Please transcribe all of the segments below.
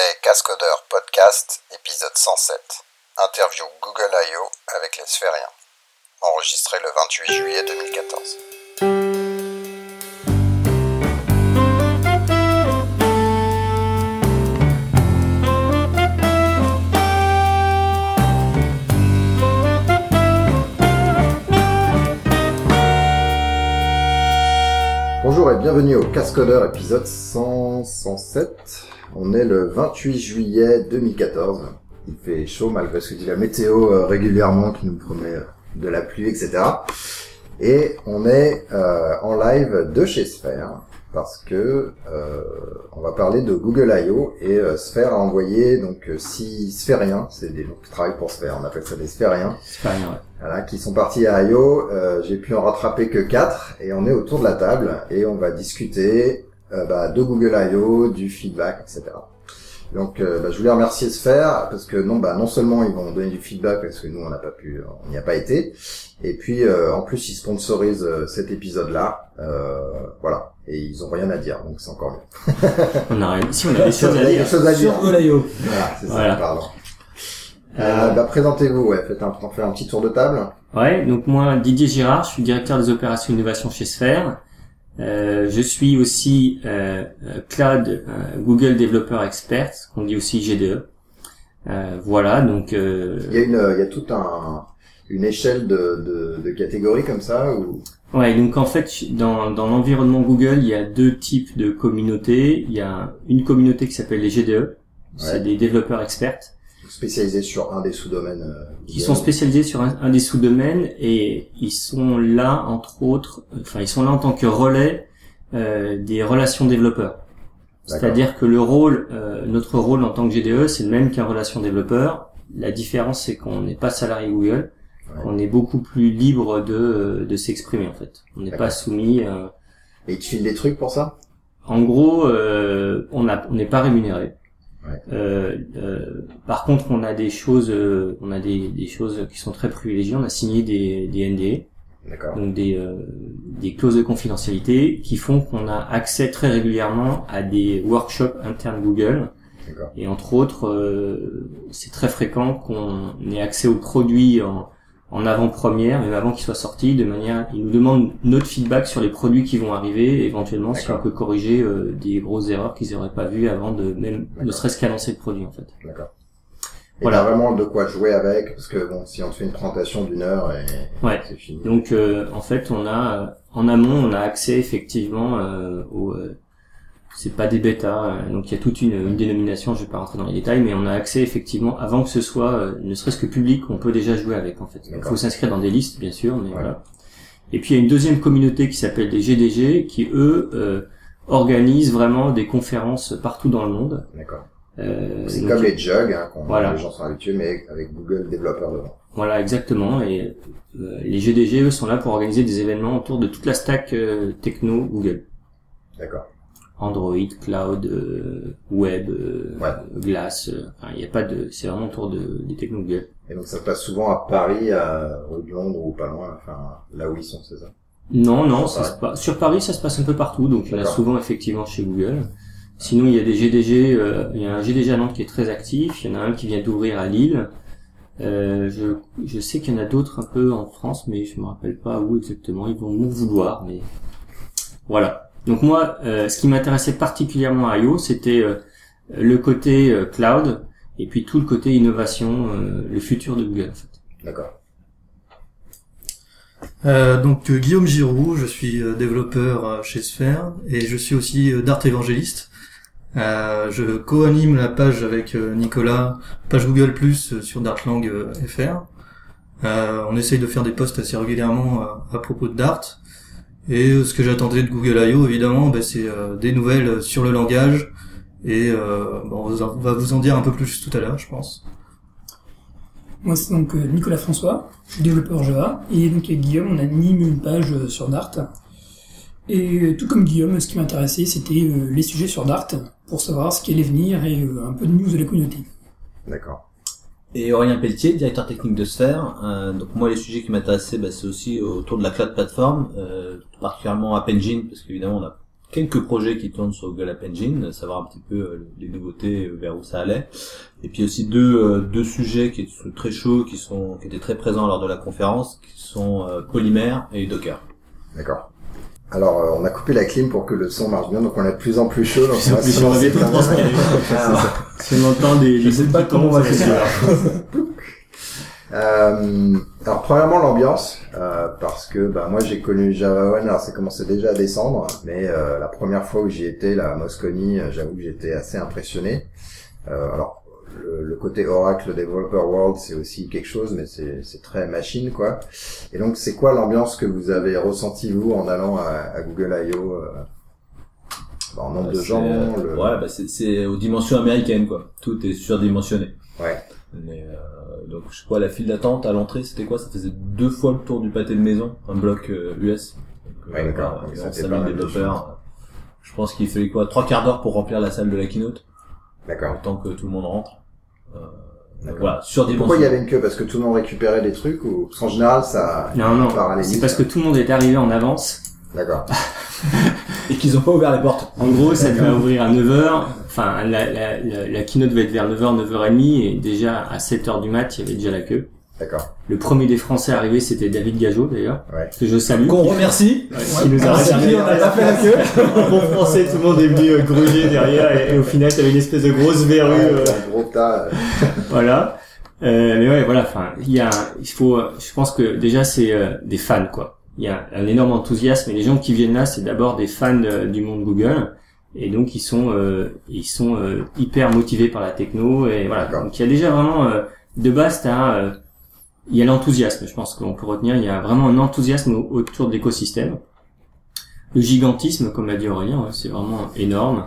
Les Cascodeurs Podcast, épisode 107. Interview Google I.O. avec les Sphériens. Enregistré le 28 juillet 2014. Bonjour et bienvenue au Cascodeur épisode 107. On est le 28 juillet 2014. Il fait chaud malgré ce que dit la météo régulièrement qui nous promet de la pluie, etc. Et on est en live de chez Sphère parce que on va parler de Google I.O. et Sphère a envoyé donc 6 sphériens, c'est des gens qui travaillent pour Sphère, on appelle ça des sphériens. Sphériens, ouais. Voilà, qui sont partis à I.O. J'ai pu en rattraper que 4 et on est autour de la table et on va discuter de Google I.O., du feedback, etc. Donc je voulais remercier Sphère parce que non seulement ils vont donner du feedback parce que nous on n'y a pas été, et puis en plus ils sponsorisent cet épisode-là, voilà, et ils ont rien à dire, donc c'est encore mieux. On a des choses à dire sur Google I.O. Voilà, c'est ça, pardon. Présentez-vous, on fait un petit tour de table. Ouais, donc moi Didier Girard, je suis directeur des opérations innovation chez Sphère. Je suis aussi Cloud Google Developer Expert, qu'on dit aussi GDE. Voilà, donc il y a toute une échelle de catégories comme ça ou... Ouais, donc en fait dans l'environnement Google, il y a deux types de communautés. Il y a une communauté qui s'appelle les GDE, c'est des développeurs experts. Spécialisés sur un des sous-domaines. Qui sont spécialisés sur un des sous-domaines et ils sont là entre autres, ils sont là en tant que relais des relations développeurs. D'accord. C'est-à-dire que notre rôle en tant que GDE, c'est le même qu'un relation développeur. La différence, c'est qu'on n'est pas salarié Google, on est beaucoup plus libre de s'exprimer en fait. On n'est pas soumis. Et tu files des trucs pour ça? En gros, on n'est pas rémunéré. Ouais. Par contre, on a des choses, des choses qui sont très privilégiées. On a signé des NDA, d'accord. Donc des clauses de confidentialité qui font qu'on a accès très régulièrement à des workshops internes Google. D'accord. Et entre autres, c'est très fréquent qu'on ait accès aux produits en avant-première, même avant qu'ils soient sortis, de manière, ils nous demandent notre feedback sur les produits qui vont arriver, éventuellement si on peut corriger des grosses erreurs qu'ils n'auraient pas vues avant de même, ne serait-ce qu'annoncer le produit en fait. D'accord. Et voilà, vraiment de quoi jouer avec, parce que bon, si on te fait une présentation d'1 heure et c'est fini. Donc en fait, on a en amont, on a accès effectivement aux c'est pas des bêtas, donc il y a toute une dénomination, je vais pas rentrer dans les détails, mais on a accès effectivement avant que ce soit ne serait-ce que public, on peut déjà jouer avec en fait. Il faut s'inscrire dans des listes bien sûr, mais voilà. Et puis il y a une deuxième communauté qui s'appelle les GDG qui eux organisent vraiment des conférences partout dans le monde. D'accord. C'est comme les jugs, les gens sont habitués, mais avec Google développeur devant. Voilà, exactement. Et les GDG eux sont là pour organiser des événements autour de toute la stack techno Google. D'accord. Android, Cloud, Web, Glass, il y a pas c'est vraiment autour des technos Google. Et donc ça se passe souvent à Paris, ou Londres ou pas loin, là où ils sont, c'est ça? Non, sur Paris ça se passe un peu partout, donc il y en a souvent effectivement chez Google. Sinon il y a des GDG, il y a un GDG à Nantes qui est très actif, il y en a un qui vient d'ouvrir à Lille. Je sais qu'il y en a d'autres un peu en France, mais je me rappelle pas où exactement, ils vont m'en vouloir, mais voilà. Donc moi, ce qui m'intéressait particulièrement à I.O., c'était le côté cloud et puis tout le côté innovation, le futur de Google en fait. D'accord. Donc Guillaume Giroux, je suis développeur chez Sphère et je suis aussi Dart évangéliste. Je co-anime la page avec Nicolas, page Google Plus sur Dartlang FR. On essaye de faire des posts assez régulièrement à propos de Dart. Et ce que j'attendais de Google I.O. évidemment, c'est des nouvelles sur le langage et on va vous en dire un peu plus tout à l'heure, je pense. Moi c'est donc Nicolas François, je suis développeur Java et donc avec Guillaume on anime une page sur Dart. Et tout comme Guillaume, ce qui m'intéressait c'était les sujets sur Dart pour savoir ce qui allait venir et un peu de news de la communauté. D'accord. Et Aurélien Pelletier, directeur technique de Sphère. Donc moi les sujets qui m'intéressaient, c'est aussi autour de la cloud platform, particulièrement App Engine, parce qu'évidemment on a quelques projets qui tournent sur Google App Engine, savoir un petit peu les nouveautés, vers où ça allait. Et puis aussi deux sujets qui sont très chauds, qui étaient très présents lors de la conférence, qui sont Polymère et Docker. D'accord. Alors, on a coupé la clim pour que le son marche bien, donc on est de plus en plus chaud. Donc on va bientôt transpirer. Si on entend je sais pas comment on va faire. Alors premièrement l'ambiance, parce que moi j'ai connu Java One, alors ça commençait déjà à descendre, mais la première fois où j'y étais, la Moscone, j'avoue que j'étais assez impressionné. Alors le côté Oracle Developer World c'est aussi quelque chose, mais c'est très machine quoi. Et donc c'est quoi l'ambiance que vous avez ressenti vous en allant à Google I.O. En nombre de gens c'est aux dimensions américaines quoi. Tout est surdimensionné. Ouais. Mais, donc je sais pas, la file d'attente à l'entrée c'était quoi? Ça faisait 2 fois le tour du pâté de maison, un bloc US. Donc, ouais, d'accord. Ils ont 5000 développeurs. Je pense qu'il fallait quoi, 3/4 d'heure pour remplir la salle de la keynote. D'accord. Le temps que tout le monde rentre. Voilà, surdimensionné. Pourquoi il y avait une queue? Parce que tout le monde récupérait des trucs ou parce qu'en général ça. Non, c'est parce que tout le monde est arrivé en avance. D'accord. Et qu'ils ont pas ouvert les portes. En gros, ça devait ouvrir à 9h. Enfin, la keynote devait être vers 9h, 9h30 et déjà à 7h du mat, il y avait déjà la queue. D'accord. Le premier des Français arrivé, c'était David Gageot d'ailleurs. Ouais. Que je salue. Qu'on remercie. Qui nous a réservé. On a pas fait la queue. En bon français, tout le monde est venu gruger derrière et au final, t'avais une espèce de grosse verrue. Un gros tas. Voilà. Mais ouais, voilà. Enfin, je pense que déjà c'est des fans quoi. Il y a un énorme enthousiasme et les gens qui viennent là, c'est d'abord des fans du monde Google et donc ils sont hyper motivés par la techno et voilà. Donc il y a déjà vraiment de base il y a l'enthousiasme, je pense qu'on peut retenir, il y a vraiment un enthousiasme autour de l'écosystème. Le gigantisme, comme l'a dit Aurélien, c'est vraiment énorme.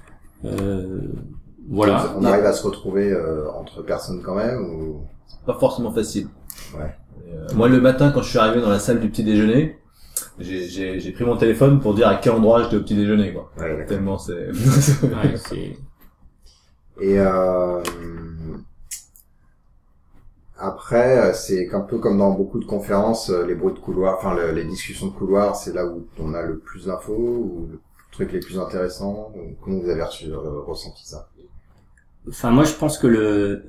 Voilà. On arrive à se retrouver entre personnes quand même ou c'est pas forcément facile. Ouais. Moi le matin quand je suis arrivé dans la salle du petit déjeuner, j'ai pris mon téléphone pour dire à quel endroit j'étais au petit déjeuner quoi. Ouais, tellement c'est ouais, c'est et après c'est un peu comme dans beaucoup de conférences, les bruits de couloir, enfin les discussions de couloir, c'est là où on a le plus d'infos ou le truc les plus intéressants. Comment vous avez ressenti ça? Enfin moi je pense que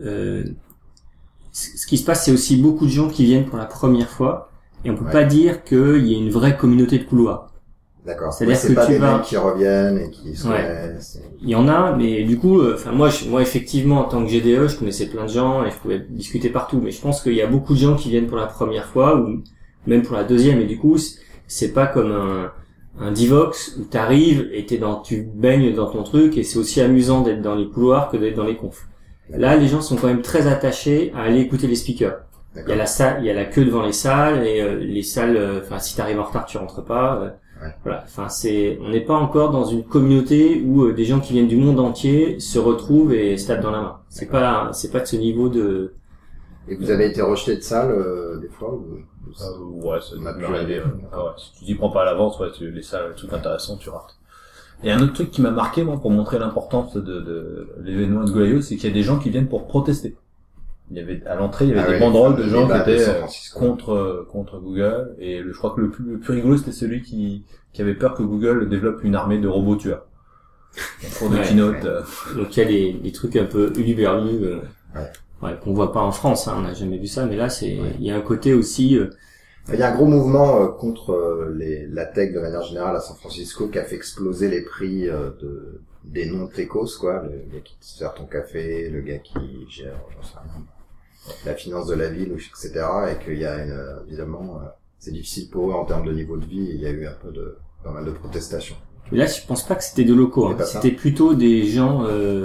ce qui se passe, c'est aussi beaucoup de gens qui viennent pour la première fois, et on peut pas dire qu'il y ait une vraie communauté de couloirs. D'accord. C'est-à-dire c'est que pas tu des vas... mecs qui reviennent et qui se ouais. Il y en a, mais du coup, moi effectivement, en tant que GDE, je connaissais plein de gens et je pouvais discuter partout, mais je pense qu'il y a beaucoup de gens qui viennent pour la première fois ou même pour la deuxième, et du coup, c'est pas comme un Divox où t'arrives et tu baignes dans ton truc, et c'est aussi amusant d'être dans les couloirs que d'être dans les confs. Là, les gens sont quand même très attachés à aller écouter les speakers. Il y a la salle, il y a la queue devant les salles et les salles. Enfin, si t'arrives en retard, tu rentres pas. Voilà. Enfin, on n'est pas encore dans une communauté où des gens qui viennent du monde entier se retrouvent et se tapent dans la main. C'est pas de ce niveau de. Et vous avez été rejeté de salle des fois ou... Ouais, ça m'a pu arriver. Ouais. Si tu t'y prends pas à l'avance, les salles, les trucs intéressants, tu rates. Et un autre truc qui m'a marqué, moi, pour montrer l'importance de l'événement de Google I.O., c'est qu'il y a des gens qui viennent pour protester. À l'entrée, il y avait des banderoles de gens qui étaient contre Google, et je crois que le plus rigolo, c'était celui qui avait peur que Google développe une armée de robots tueurs. En cours de keynote. Donc il y a des trucs un peu uluberlus, qu'on voit pas en France, on n'a jamais vu ça, mais là il y a un côté aussi, il y a un gros mouvement contre la tech de manière générale à San Francisco qui a fait exploser les prix des non-techos, quoi. Le gars qui te sert ton café, le gars qui gère, j'en sais rien, la finance de la ville, etc. Et qu'il y a évidemment, c'est difficile pour eux en termes de niveau de vie. Il y a eu pas mal de protestations. Mais là, je pense pas que c'était des locaux. C'était plutôt des gens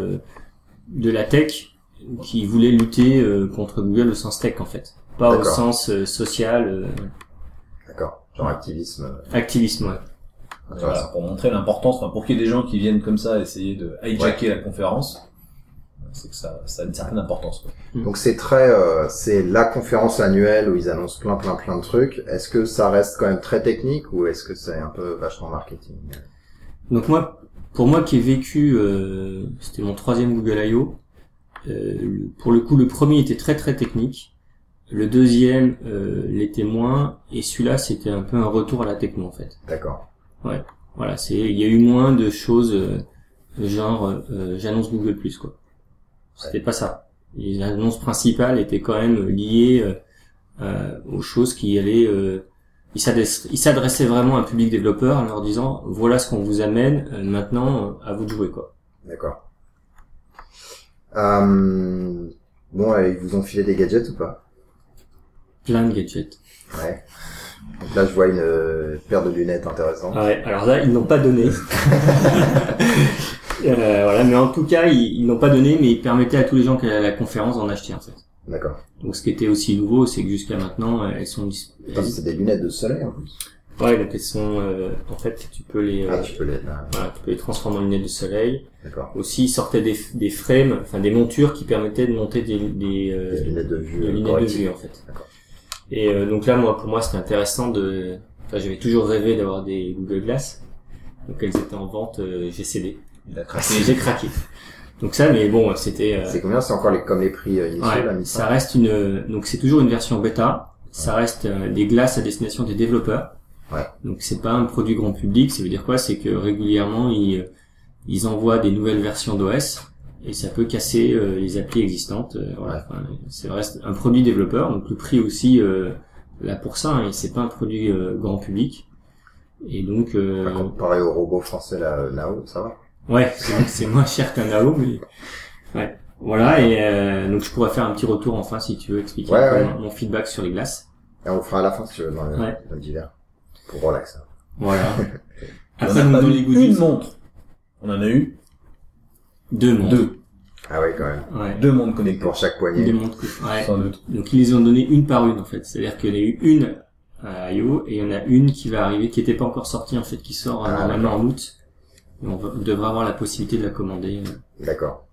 de la tech qui voulaient lutter contre Google au sens tech, en fait. Pas au sens social. D'accord. Genre activisme. Activisme, ouais. Voilà, pour montrer l'importance, pour qu'il y ait des gens qui viennent comme ça essayer de hijacker la conférence, c'est que ça a une certaine importance, quoi. Donc c'est c'est la conférence annuelle où ils annoncent plein de trucs. Est-ce que ça reste quand même très technique ou est-ce que c'est un peu vachement marketing? Donc pour moi qui ai vécu, c'était mon 3e Google I.O., pour le coup le premier était très très technique. Le deuxième l'était moins, et celui-là c'était un peu un retour à la techno en fait. D'accord. Ouais. Voilà, il y a eu moins de choses genre j'annonce Google Plus quoi. C'était pas ça. Les annonces principales étaient quand même liées aux choses qui allaient. Ils s'adressaient vraiment à un public développeur en leur disant voilà ce qu'on vous amène, maintenant à vous de jouer quoi. D'accord. Bon, ils vous ont filé des gadgets ou pas? Plein de gadgets. Ouais. Donc là, je vois une paire de lunettes intéressantes. Ouais, alors là, ils n'ont pas donné. Voilà, mais en tout cas, ils n'ont pas donné, mais ils permettaient à tous les gens qui allaient à la conférence d'en acheter, en fait. D'accord. Donc, ce qui était aussi nouveau, c'est que jusqu'à maintenant, elles sont c'est des lunettes de soleil, en plus. Ouais, donc elles sont, en fait, tu peux les, voilà, tu peux les transformer en lunettes de soleil. D'accord. Aussi, ils sortaient des frames, enfin, des montures qui permettaient de monter des lunettes de vue. Des lunettes de vue, en fait. D'accord. Et donc là, pour moi, c'était intéressant j'avais toujours rêvé d'avoir des Google Glass. Donc elles étaient en vente, j'ai cédé. J'ai craqué. Donc ça, mais bon, c'était... C'est combien? C'est encore comme les prix initiaux, ouais, là, ça reste donc c'est toujours une version bêta. Ça reste des glaces à destination des développeurs. Ouais. Donc c'est pas un produit grand public. Ça veut dire quoi? C'est que régulièrement, ils envoient des nouvelles versions d'OS. Et ça peut casser les applis existantes. Voilà. Enfin, c'est reste un produit développeur, donc le prix aussi là pour ça. Et c'est pas un produit grand public. Et donc comparé au robot français là, Nao, ça va. Ouais, c'est moins cher qu'un Nao, mais ouais. Voilà. Et donc je pourrais faire un petit retour enfin si tu veux expliquer mon feedback sur les glaces. Et on le fera à la fin si tu veux dans l'hiver pour relaxer. Voilà. Après, on a pas eu une montre. On en a eu. Deux montres. Deux. Ah ouais, quand même. Ouais. Deux montres connectées. Pour chaque poignet. Deux montres. Ouais. Sans doute. Donc ils les ont donné une par une en fait. C'est-à-dire qu'il y en a eu une à I.O. et il y en a une qui va arriver, qui était pas encore sortie en fait, qui sort normalement en août. Et on devrait avoir la possibilité de la commander. D'accord.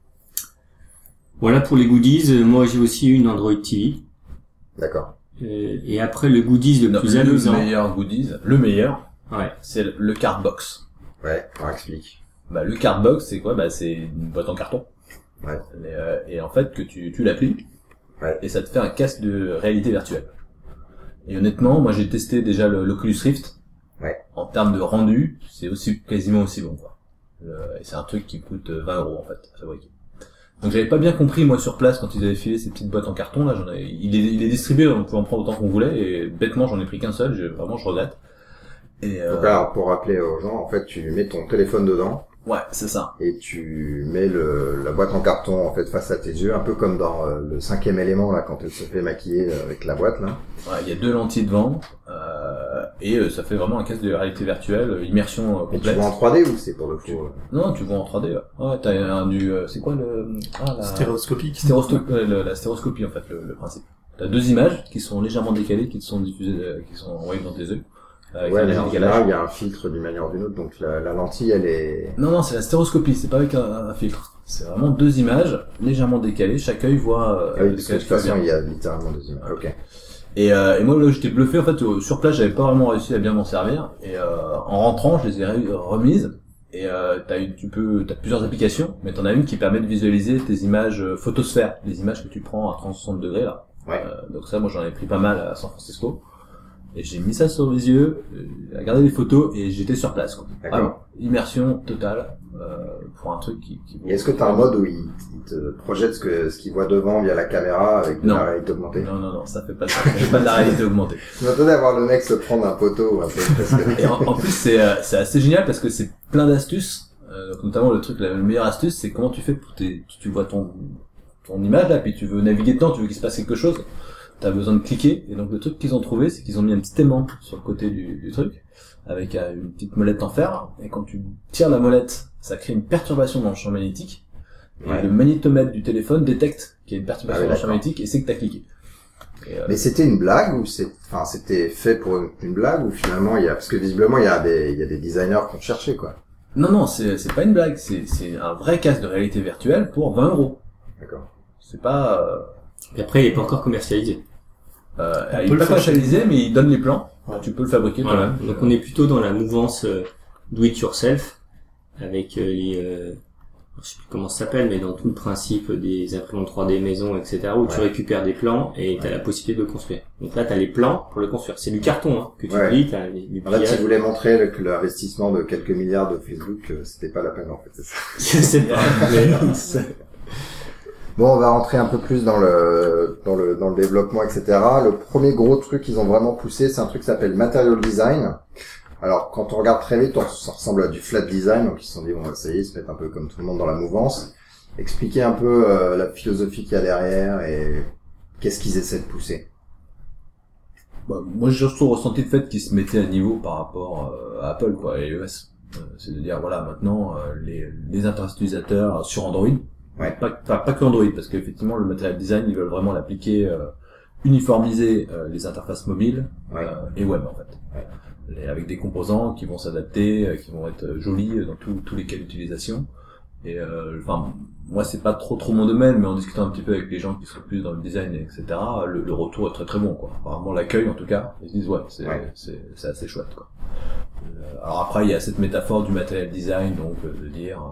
Voilà pour les goodies. Moi j'ai aussi eu une Android TV. D'accord. Et après le goodies le plus amusant. Le meilleur goodies, le meilleur. Ouais. C'est le Cardbox. Ouais, on explique. Bah, le Cardbox, c'est quoi? Bah, c'est une boîte en carton. Ouais. Et en fait, que tu la plies. Ouais. Et ça te fait un casque de réalité virtuelle. Et honnêtement, moi, j'ai testé déjà l'Oculus Rift. Ouais. En termes de rendu, c'est quasiment aussi bon, quoi. Et c'est un truc qui coûte 20 € en fait, à fabriquer. Donc j'avais pas bien compris, moi, sur place, quand ils avaient filé ces petites boîtes en carton, là, il est distribué, on pouvait en prendre autant qu'on voulait, et bêtement, j'en ai pris qu'un seul, je regrette. Et donc alors, pour rappeler aux gens, en fait, tu mets ton téléphone dedans. Ouais, c'est ça. Et tu mets la boîte en carton, en fait, face à tes yeux, un peu comme dans le 5e élément, là, quand elle se fait maquiller avec la boîte, là. Ouais, il y a deux lentilles devant, et ça fait vraiment un casque de réalité virtuelle, immersion complète. Et tu vois en 3D ou c'est pour le coup? Non, tu vois en 3D, ouais. Ouais, t'as c'est quoi la Stéréoscopique. La stéréoscopie, en fait, le principe. T'as deux images qui sont légèrement décalées, qui te sont diffusées, qui sont envoyées dans tes yeux. Ouais, mais en général, il y a un filtre d'une manière ou d'une autre, donc la lentille, elle est... Non, c'est la stéréoscopie, c'est pas avec un filtre. C'est vraiment deux images légèrement décalées, chaque œil voit... oui, parce que de toute façon, il y a littéralement deux images. Ok. Et moi, là, j'étais bluffé, en fait, sur place, j'avais pas vraiment réussi à bien m'en servir, et en rentrant, je les ai remises, et t'as plusieurs applications, mais t'en as une qui permet de visualiser tes images photosphères, les images que tu prends à 360 degrés, là. Ouais. Donc ça, moi, j'en ai pris pas mal à San Francisco. Et j'ai mis ça sur les yeux, regardé les photos, et j'étais sur place, quoi. D'accord. Immersion totale, pour un truc qui Et est-ce que t'as un mode où il te projette ce qu'il voit devant via la caméra avec de la réalité augmentée? Non, ça fait pas ça. Ça fait pas de la réalité augmentée. Je m'attendais à voir le mec se prendre un poteau ou un peu. Et en plus, c'est assez génial parce que c'est plein d'astuces. Donc notamment la meilleure astuce, c'est comment tu fais pour tu vois ton image là, puis tu veux naviguer dedans, tu veux qu'il se passe quelque chose. T'as besoin de cliquer, et donc le truc qu'ils ont trouvé, c'est qu'ils ont mis un petit aimant sur le côté du truc, avec une petite molette en fer, et quand tu tires la molette, ça crée une perturbation dans le champ magnétique, et le magnétomètre du téléphone détecte qu'il y a une perturbation dans le champ magnétique, et c'est que t'as cliqué. Mais c'était une blague, ou c'était fait pour une blague, ou finalement parce que visiblement il y a des designers qui ont cherché, quoi. Non, c'est pas une blague, c'est un vrai casque de réalité virtuelle pour 20 €. D'accord. C'est pas, Et après, il est pas encore commercialisé. il est pas commercialisé, mais il donne les plans. Ouais. Tu peux le fabriquer toi-même. Donc on est plutôt dans la mouvance do it yourself avec les je sais plus comment ça s'appelle, mais dans tout le principe des imprimantes 3D maison, etc., où tu récupères des plans et t'as la possibilité de le construire. Donc là, t'as les plans pour le construire. C'est du carton, hein, que tu plies, t'as les en fait, tu voulais montrer que l'investissement de quelques milliards de Facebook, c'était pas la peine, en fait, c'est ça. Je sais pas, mais Bon, on va rentrer un peu plus dans le développement, etc. Le premier gros truc qu'ils ont vraiment poussé, c'est un truc qui s'appelle Material Design. Alors, quand on regarde très vite, ça ressemble à du flat design, donc ils se sont dit, bon, ça y est, ils se mettent un peu comme tout le monde dans la mouvance. Expliquer un peu la philosophie qu'il y a derrière et qu'est-ce qu'ils essaient de pousser. Bah, moi, j'ai surtout ressenti le fait qu'ils se mettaient à niveau par rapport à Apple, quoi, et iOS. C'est de dire, voilà, maintenant, les interfaces utilisateurs sur Android, pas que Android, parce qu'effectivement, le Material Design, ils veulent vraiment l'appliquer, uniformiser les interfaces mobiles et web, en fait. Avec des composants qui vont s'adapter, qui vont être jolis dans tous les cas d'utilisation. Et enfin, moi c'est pas trop mon domaine, mais en discutant un petit peu avec les gens qui sont plus dans le design, etc., le retour est très très bon, quoi. Apparemment l'accueil, en tout cas, ils disent c'est assez chouette, quoi. Alors après, il y a cette métaphore du material design, donc de dire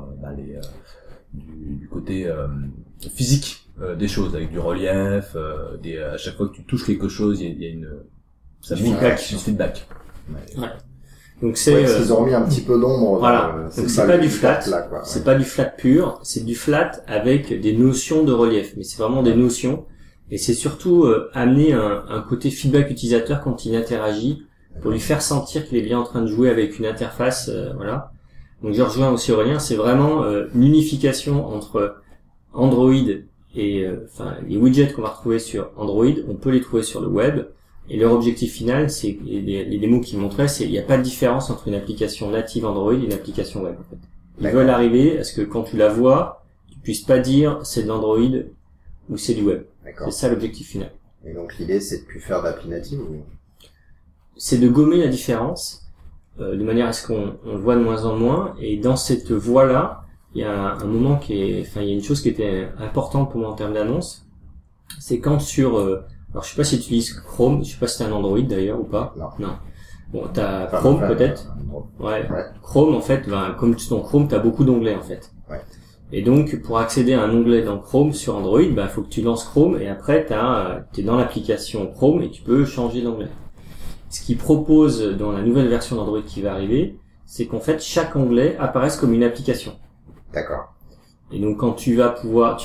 du côté physique des choses, avec du relief, à chaque fois que tu touches quelque chose, il y a une feedback. Ouais. Donc c'est ils ont mis un petit peu d'ombre. Voilà. Donc c'est pas du flat. Là, quoi. C'est pas du flat pur. C'est du flat avec des notions de relief. Mais c'est vraiment des notions. Et c'est surtout amener un côté feedback utilisateur quand il interagit pour lui faire sentir qu'il est bien en train de jouer avec une interface. Voilà. Donc je rejoins aussi Aurélien. C'est vraiment une unification entre Android et les widgets qu'on va retrouver sur Android. On peut les trouver sur le web. Et leur objectif final, c'est les démos qu'ils montraient, c'est il n'y a pas de différence entre une application native Android et une application web. En fait. Ils veulent arriver à ce que quand tu la vois, tu puisses pas dire c'est de l'Android ou c'est du web. C'est ça l'objectif final. Et donc l'idée, c'est de plus faire d'appli native ou... C'est de gommer la différence de manière à ce qu'on le voit de moins en moins. Et dans cette voie-là, il y a un moment il y a une chose qui était importante pour moi en termes d'annonce, c'est quand sur alors je sais pas si tu utilises Chrome, je sais pas si t'as un Android d'ailleurs ou pas. Non. Bon, t'as Chrome peut-être. Ouais. Chrome en fait, comme dans Chrome, t'as beaucoup d'onglets en fait. Ouais. Et donc pour accéder à un onglet dans Chrome sur Android, faut que tu lances Chrome et après t'es dans l'application Chrome et tu peux changer d'onglet. Ce qu'ils proposent dans la nouvelle version d'Android qui va arriver, c'est qu'en fait chaque onglet apparaisse comme une application. D'accord. Et donc quand tu vas pouvoir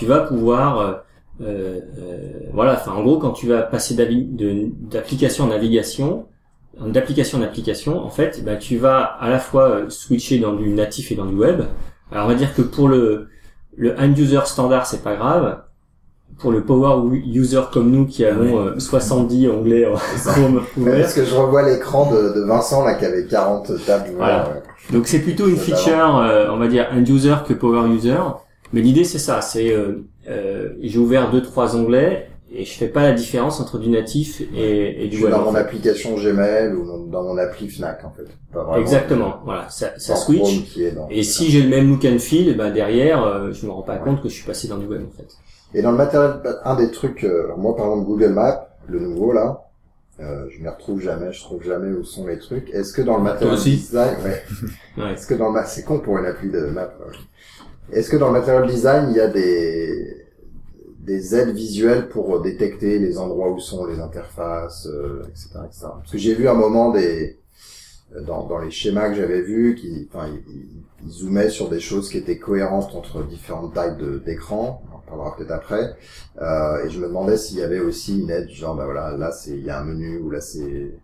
en gros, quand tu vas passer d'application en navigation, d'application en application, en fait, tu vas à la fois switcher dans du natif et dans du web. Alors, on va dire que pour le end user standard, c'est pas grave. Pour le power user comme nous qui avons 70 onglets Chrome ouverts. Parce que je revois l'écran de Vincent, là, qui avait 40 tabs. Voilà. Donc, c'est plutôt une feature, on va dire, end user que power user. Mais l'idée, c'est ça, c'est j'ai ouvert 2-3 onglets et je fais pas la différence entre du natif et du web. Dans mon application Gmail ou dans mon appli Fnac, en fait. Pas exactement, voilà, ça switch. Et si j'ai le même look and feel, derrière, je me rends pas compte que je suis passé dans du web, en fait. Et dans le matériel, un des trucs, moi par exemple Google Maps, le nouveau là, je m'y retrouve jamais, je trouve jamais où sont les trucs. Est-ce que dans le matériel design, est-ce que c'est con pour une appli de map. Est-ce que dans le material design, il y a des aides visuelles pour détecter les endroits où sont les interfaces, etc., etc. Parce que j'ai vu un moment dans les schémas que j'avais vus, ils zoomaient sur des choses qui étaient cohérentes entre différentes tailles d'écran. On en parlera peut-être après. Et je me demandais s'il y avait aussi une aide, genre, là, il y a un menu, ou là, c'est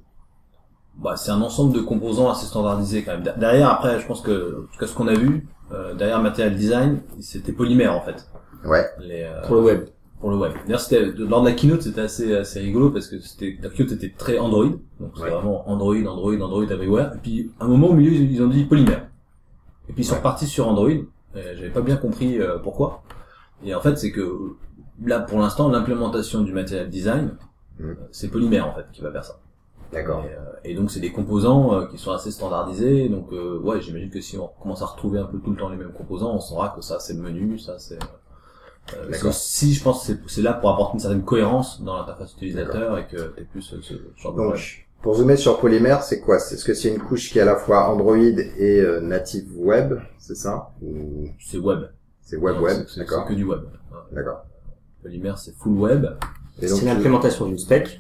un ensemble de composants assez standardisés, quand même. Derrière, après, je pense que, en tout cas, ce qu'on a vu, derrière Material Design, c'était polymère, en fait. Ouais. Pour le web. Pour le web. D'ailleurs, lors de la keynote, c'était assez rigolo parce que la keynote était très Android. Donc, c'était vraiment Android everywhere. Et puis, à un moment au milieu, ils ont dit polymère. Et puis, ils sont repartis sur Android. J'avais pas bien compris pourquoi. Et en fait, c'est que, là, pour l'instant, l'implémentation du Material Design, c'est polymère, en fait, qui va faire ça. D'accord. Et donc c'est des composants qui sont assez standardisés, donc j'imagine que si on commence à retrouver un peu tout le temps les mêmes composants, on saura que ça c'est le menu, ça c'est si je pense que c'est là pour apporter une certaine cohérence dans l'interface utilisateur. D'accord. Et que t'es plus ce genre de Pour zoomer sur Polymer, c'est quoi? Est-ce que c'est une couche qui est à la fois Android et native web, c'est ça? Ou C'est web. c'est web, d'accord. C'est que du web. D'accord. Polymer, c'est full web. Et donc, C'est l'implémentation d'une spec.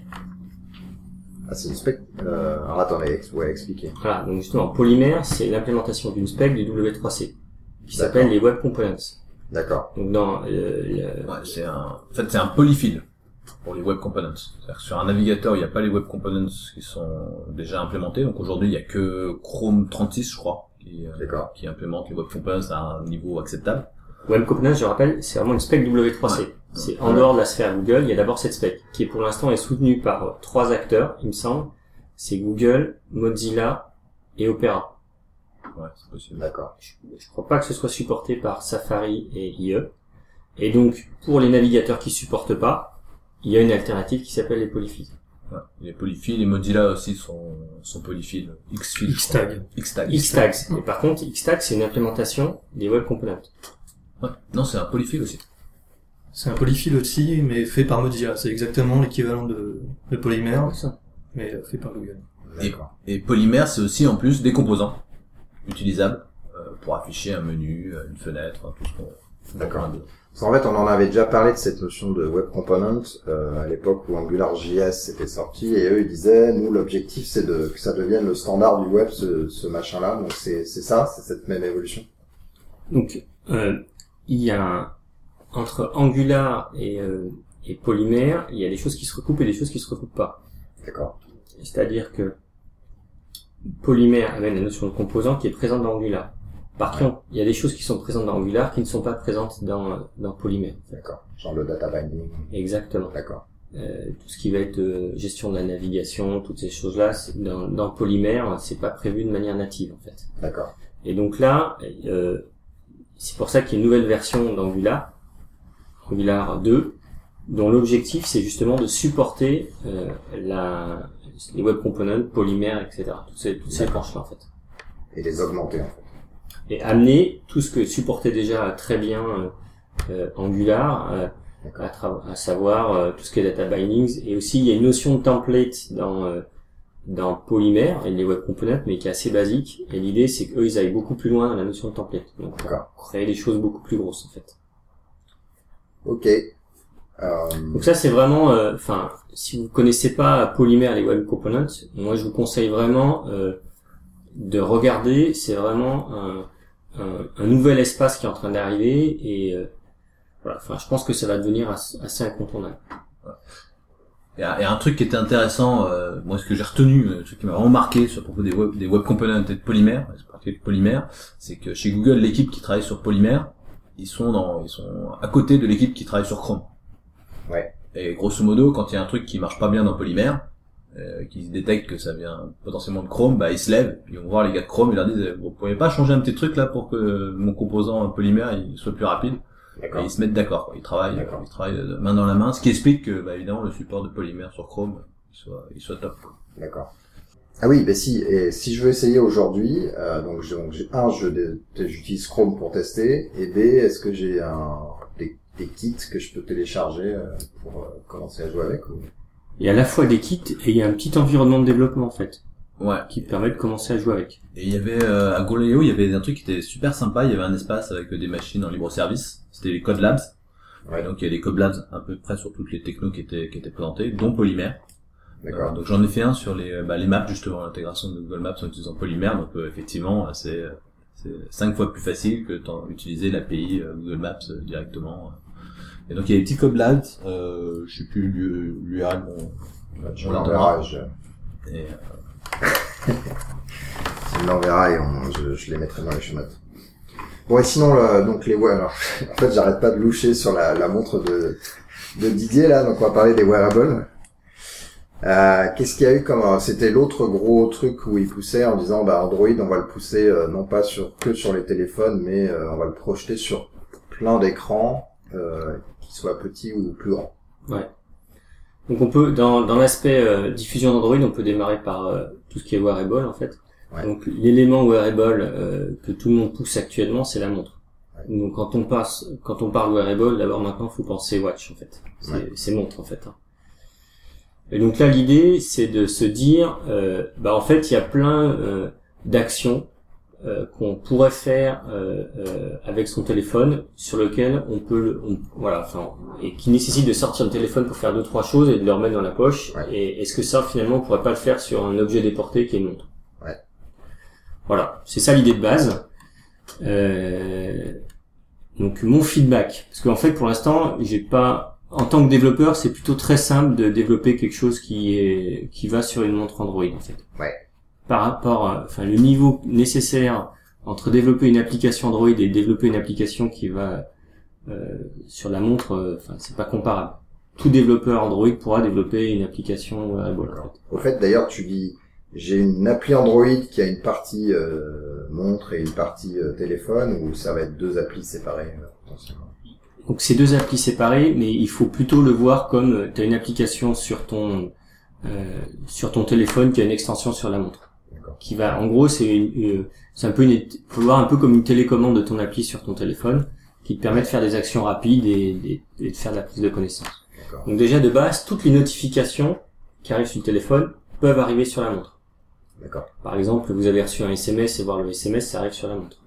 Ah, c'est une spec. Alors attendez, expliquez. Voilà, donc justement, Polymer, c'est l'implémentation d'une spec du W3C qui s'appelle les Web Components. D'accord. Donc dans c'est un polyfill pour les web components. C'est-à-dire que sur un navigateur, il n'y a pas les web components qui sont déjà implémentés. Donc aujourd'hui, il n'y a que Chrome 36, je crois, qui implémente les web components à un niveau acceptable. Web Components, je rappelle, c'est vraiment une spec W3C. Ouais. C'est en dehors de la sphère Google, il y a d'abord cette spec qui pour l'instant est soutenue par 3 acteurs, il me semble. C'est Google, Mozilla et Opera. Ouais, c'est possible. D'accord. Je crois pas que ce soit supporté par Safari et IE. Et donc, pour les navigateurs qui supportent pas, il y a une alternative qui s'appelle les polyfills. Ouais. Les polyfills, les Mozilla aussi sont polyfills. Xtag. Xtag. Et par contre, Xtag, c'est une implémentation des web components. Ouais. Non, c'est un polyfill aussi. C'est un polyfill aussi, mais fait par Mozilla. C'est exactement l'équivalent de Polymer, mais fait par Google. Et Polymer, c'est aussi en plus des composants utilisables pour afficher un menu, une fenêtre, tout ce qu'on... D'accord. Parce qu'en fait, on en avait déjà parlé de cette notion de web component à l'époque où AngularJS était sorti, et eux ils disaient, nous l'objectif c'est que ça devienne le standard du web, ce machin-là. Donc c'est ça, c'est cette même évolution. Donc il y a entre Angular et Polymer, il y a des choses qui se recoupent et des choses qui se recoupent pas. D'accord. C'est-à-dire que Polymer amène la notion de composant qui est présente dans Angular. Par contre, il y a des choses qui sont présentes dans Angular qui ne sont pas présentes dans Polymer. D'accord. Genre le data binding. Exactement. D'accord. Tout ce qui va être gestion de la navigation, toutes ces choses-là, dans Polymer, c'est pas prévu de manière native en fait. D'accord. Et donc là, c'est pour ça qu'il y a une nouvelle version d'Angular, Angular 2, dont l'objectif c'est justement de supporter les web components, Polymer, etc. Toutes ces branches-là en fait. Et les augmenter en fait. Et amener tout ce que supportait déjà très bien Angular, à savoir tout ce qui est data bindings, et aussi il y a une notion de template dans Polymer et les web components, mais qui est assez basique, et l'idée c'est qu'eux ils aillent beaucoup plus loin dans la notion de template, donc créer des choses beaucoup plus grosses en fait. Ok. Donc ça c'est vraiment, si vous connaissez pas Polymer et les web components, moi je vous conseille vraiment de regarder, c'est vraiment un nouvel espace qui est en train d'arriver, et voilà, je pense que ça va devenir assez incontournable. Il y a un truc qui était intéressant, moi ce que j'ai retenu, un truc qui m'a vraiment marqué sur propos des web components et de Polymer, c'est que chez Google, l'équipe qui travaille sur Polymer, ils sont à côté de l'équipe qui travaille sur Chrome. Ouais. Et grosso modo, quand il y a un truc qui marche pas bien dans Polymer, qui détectent que ça vient potentiellement de Chrome, bah ils se lèvent, puis ils vont voir les gars de Chrome, ils leur disent vous pourriez pas changer un petit truc là pour que mon composant Polymer il soit plus rapide. Et ils se mettent d'accord, ils travaillent main dans la main, ce qui explique que évidemment le support de Polymer sur Chrome il soit top. D'accord. Ah oui, si, et si je veux essayer aujourd'hui, donc j'utilise Chrome pour tester, et B, est-ce que j'ai des kits que je peux télécharger pour commencer à jouer avec ou... Il y a à la fois des kits et il y a un petit environnement de développement en fait. Ouais. Qui permet de commencer à jouer avec. Et il y avait, à Goleo, il y avait un truc qui était super sympa, il y avait un espace avec des machines en libre service. C'était les Code Labs. Ouais. Donc il y a des Code Labs à peu près sur toutes les technos qui étaient présentées, dont Polymer. D'accord. Donc j'en ai fait un sur les maps justement, l'intégration de Google Maps en utilisant Polymer. Donc effectivement, c'est 5 fois plus facile que d'utiliser l'API Google Maps directement. Et donc il y a des petits Code Labs, je sais plus l'URL, tu me l'enverras. Et tu me l'enverras et je les mettrai dans les show notes. Bon, et sinon donc les alors en fait j'arrête pas de loucher sur la montre de Didier là, donc on va parler des wearables. Qu'est-ce qu'il y a eu comme c'était l'autre gros truc où il poussait en disant Android on va le pousser non pas que sur les téléphones, mais on va le projeter sur plein d'écrans qui soient petits ou plus grands. Ouais. Donc on peut dans l'aspect diffusion d'Android, on peut démarrer par tout ce qui est wearable en fait. Ouais. Donc l'élément wearable que tout le monde pousse actuellement, c'est la montre. Ouais. Donc quand on parle wearable, d'abord maintenant faut penser watch en fait. C'est montre en fait. Et donc là, l'idée, c'est de se dire, en fait, il y a plein d'actions qu'on pourrait faire avec son téléphone, sur lequel on peut, et qui nécessite de sortir le téléphone pour faire 2-3 choses et de le remettre dans la poche. Ouais. Et est-ce que ça, finalement, on pourrait pas le faire sur un objet déporté qui est une montre? Ouais. Voilà, c'est ça l'idée de base. Donc mon feedback, parce qu'en fait, pour l'instant, j'ai pas. En tant que développeur, c'est plutôt très simple de développer quelque chose qui va sur une montre Android, en fait. Ouais. Par rapport, le niveau nécessaire entre développer une application Android et développer une application qui va sur la montre, c'est pas comparable. Tout développeur Android pourra développer une application wearable. Au fait, d'ailleurs, tu dis, j'ai une appli Android qui a une partie montre et une partie téléphone, ou ça va être 2 applis séparées potentiellement? Donc c'est 2 applis séparées, mais il faut plutôt le voir comme tu as une application sur ton téléphone qui a une extension sur la montre. D'accord. Qui va, en gros, c'est un peu faut le voir un peu comme une télécommande de ton appli sur ton téléphone, qui te permet de faire des actions rapides et de faire de la prise de connaissance. D'accord. Donc déjà de base, toutes les notifications qui arrivent sur le téléphone peuvent arriver sur la montre. D'accord. Par exemple, vous avez reçu un SMS et voir le SMS, ça arrive sur la montre.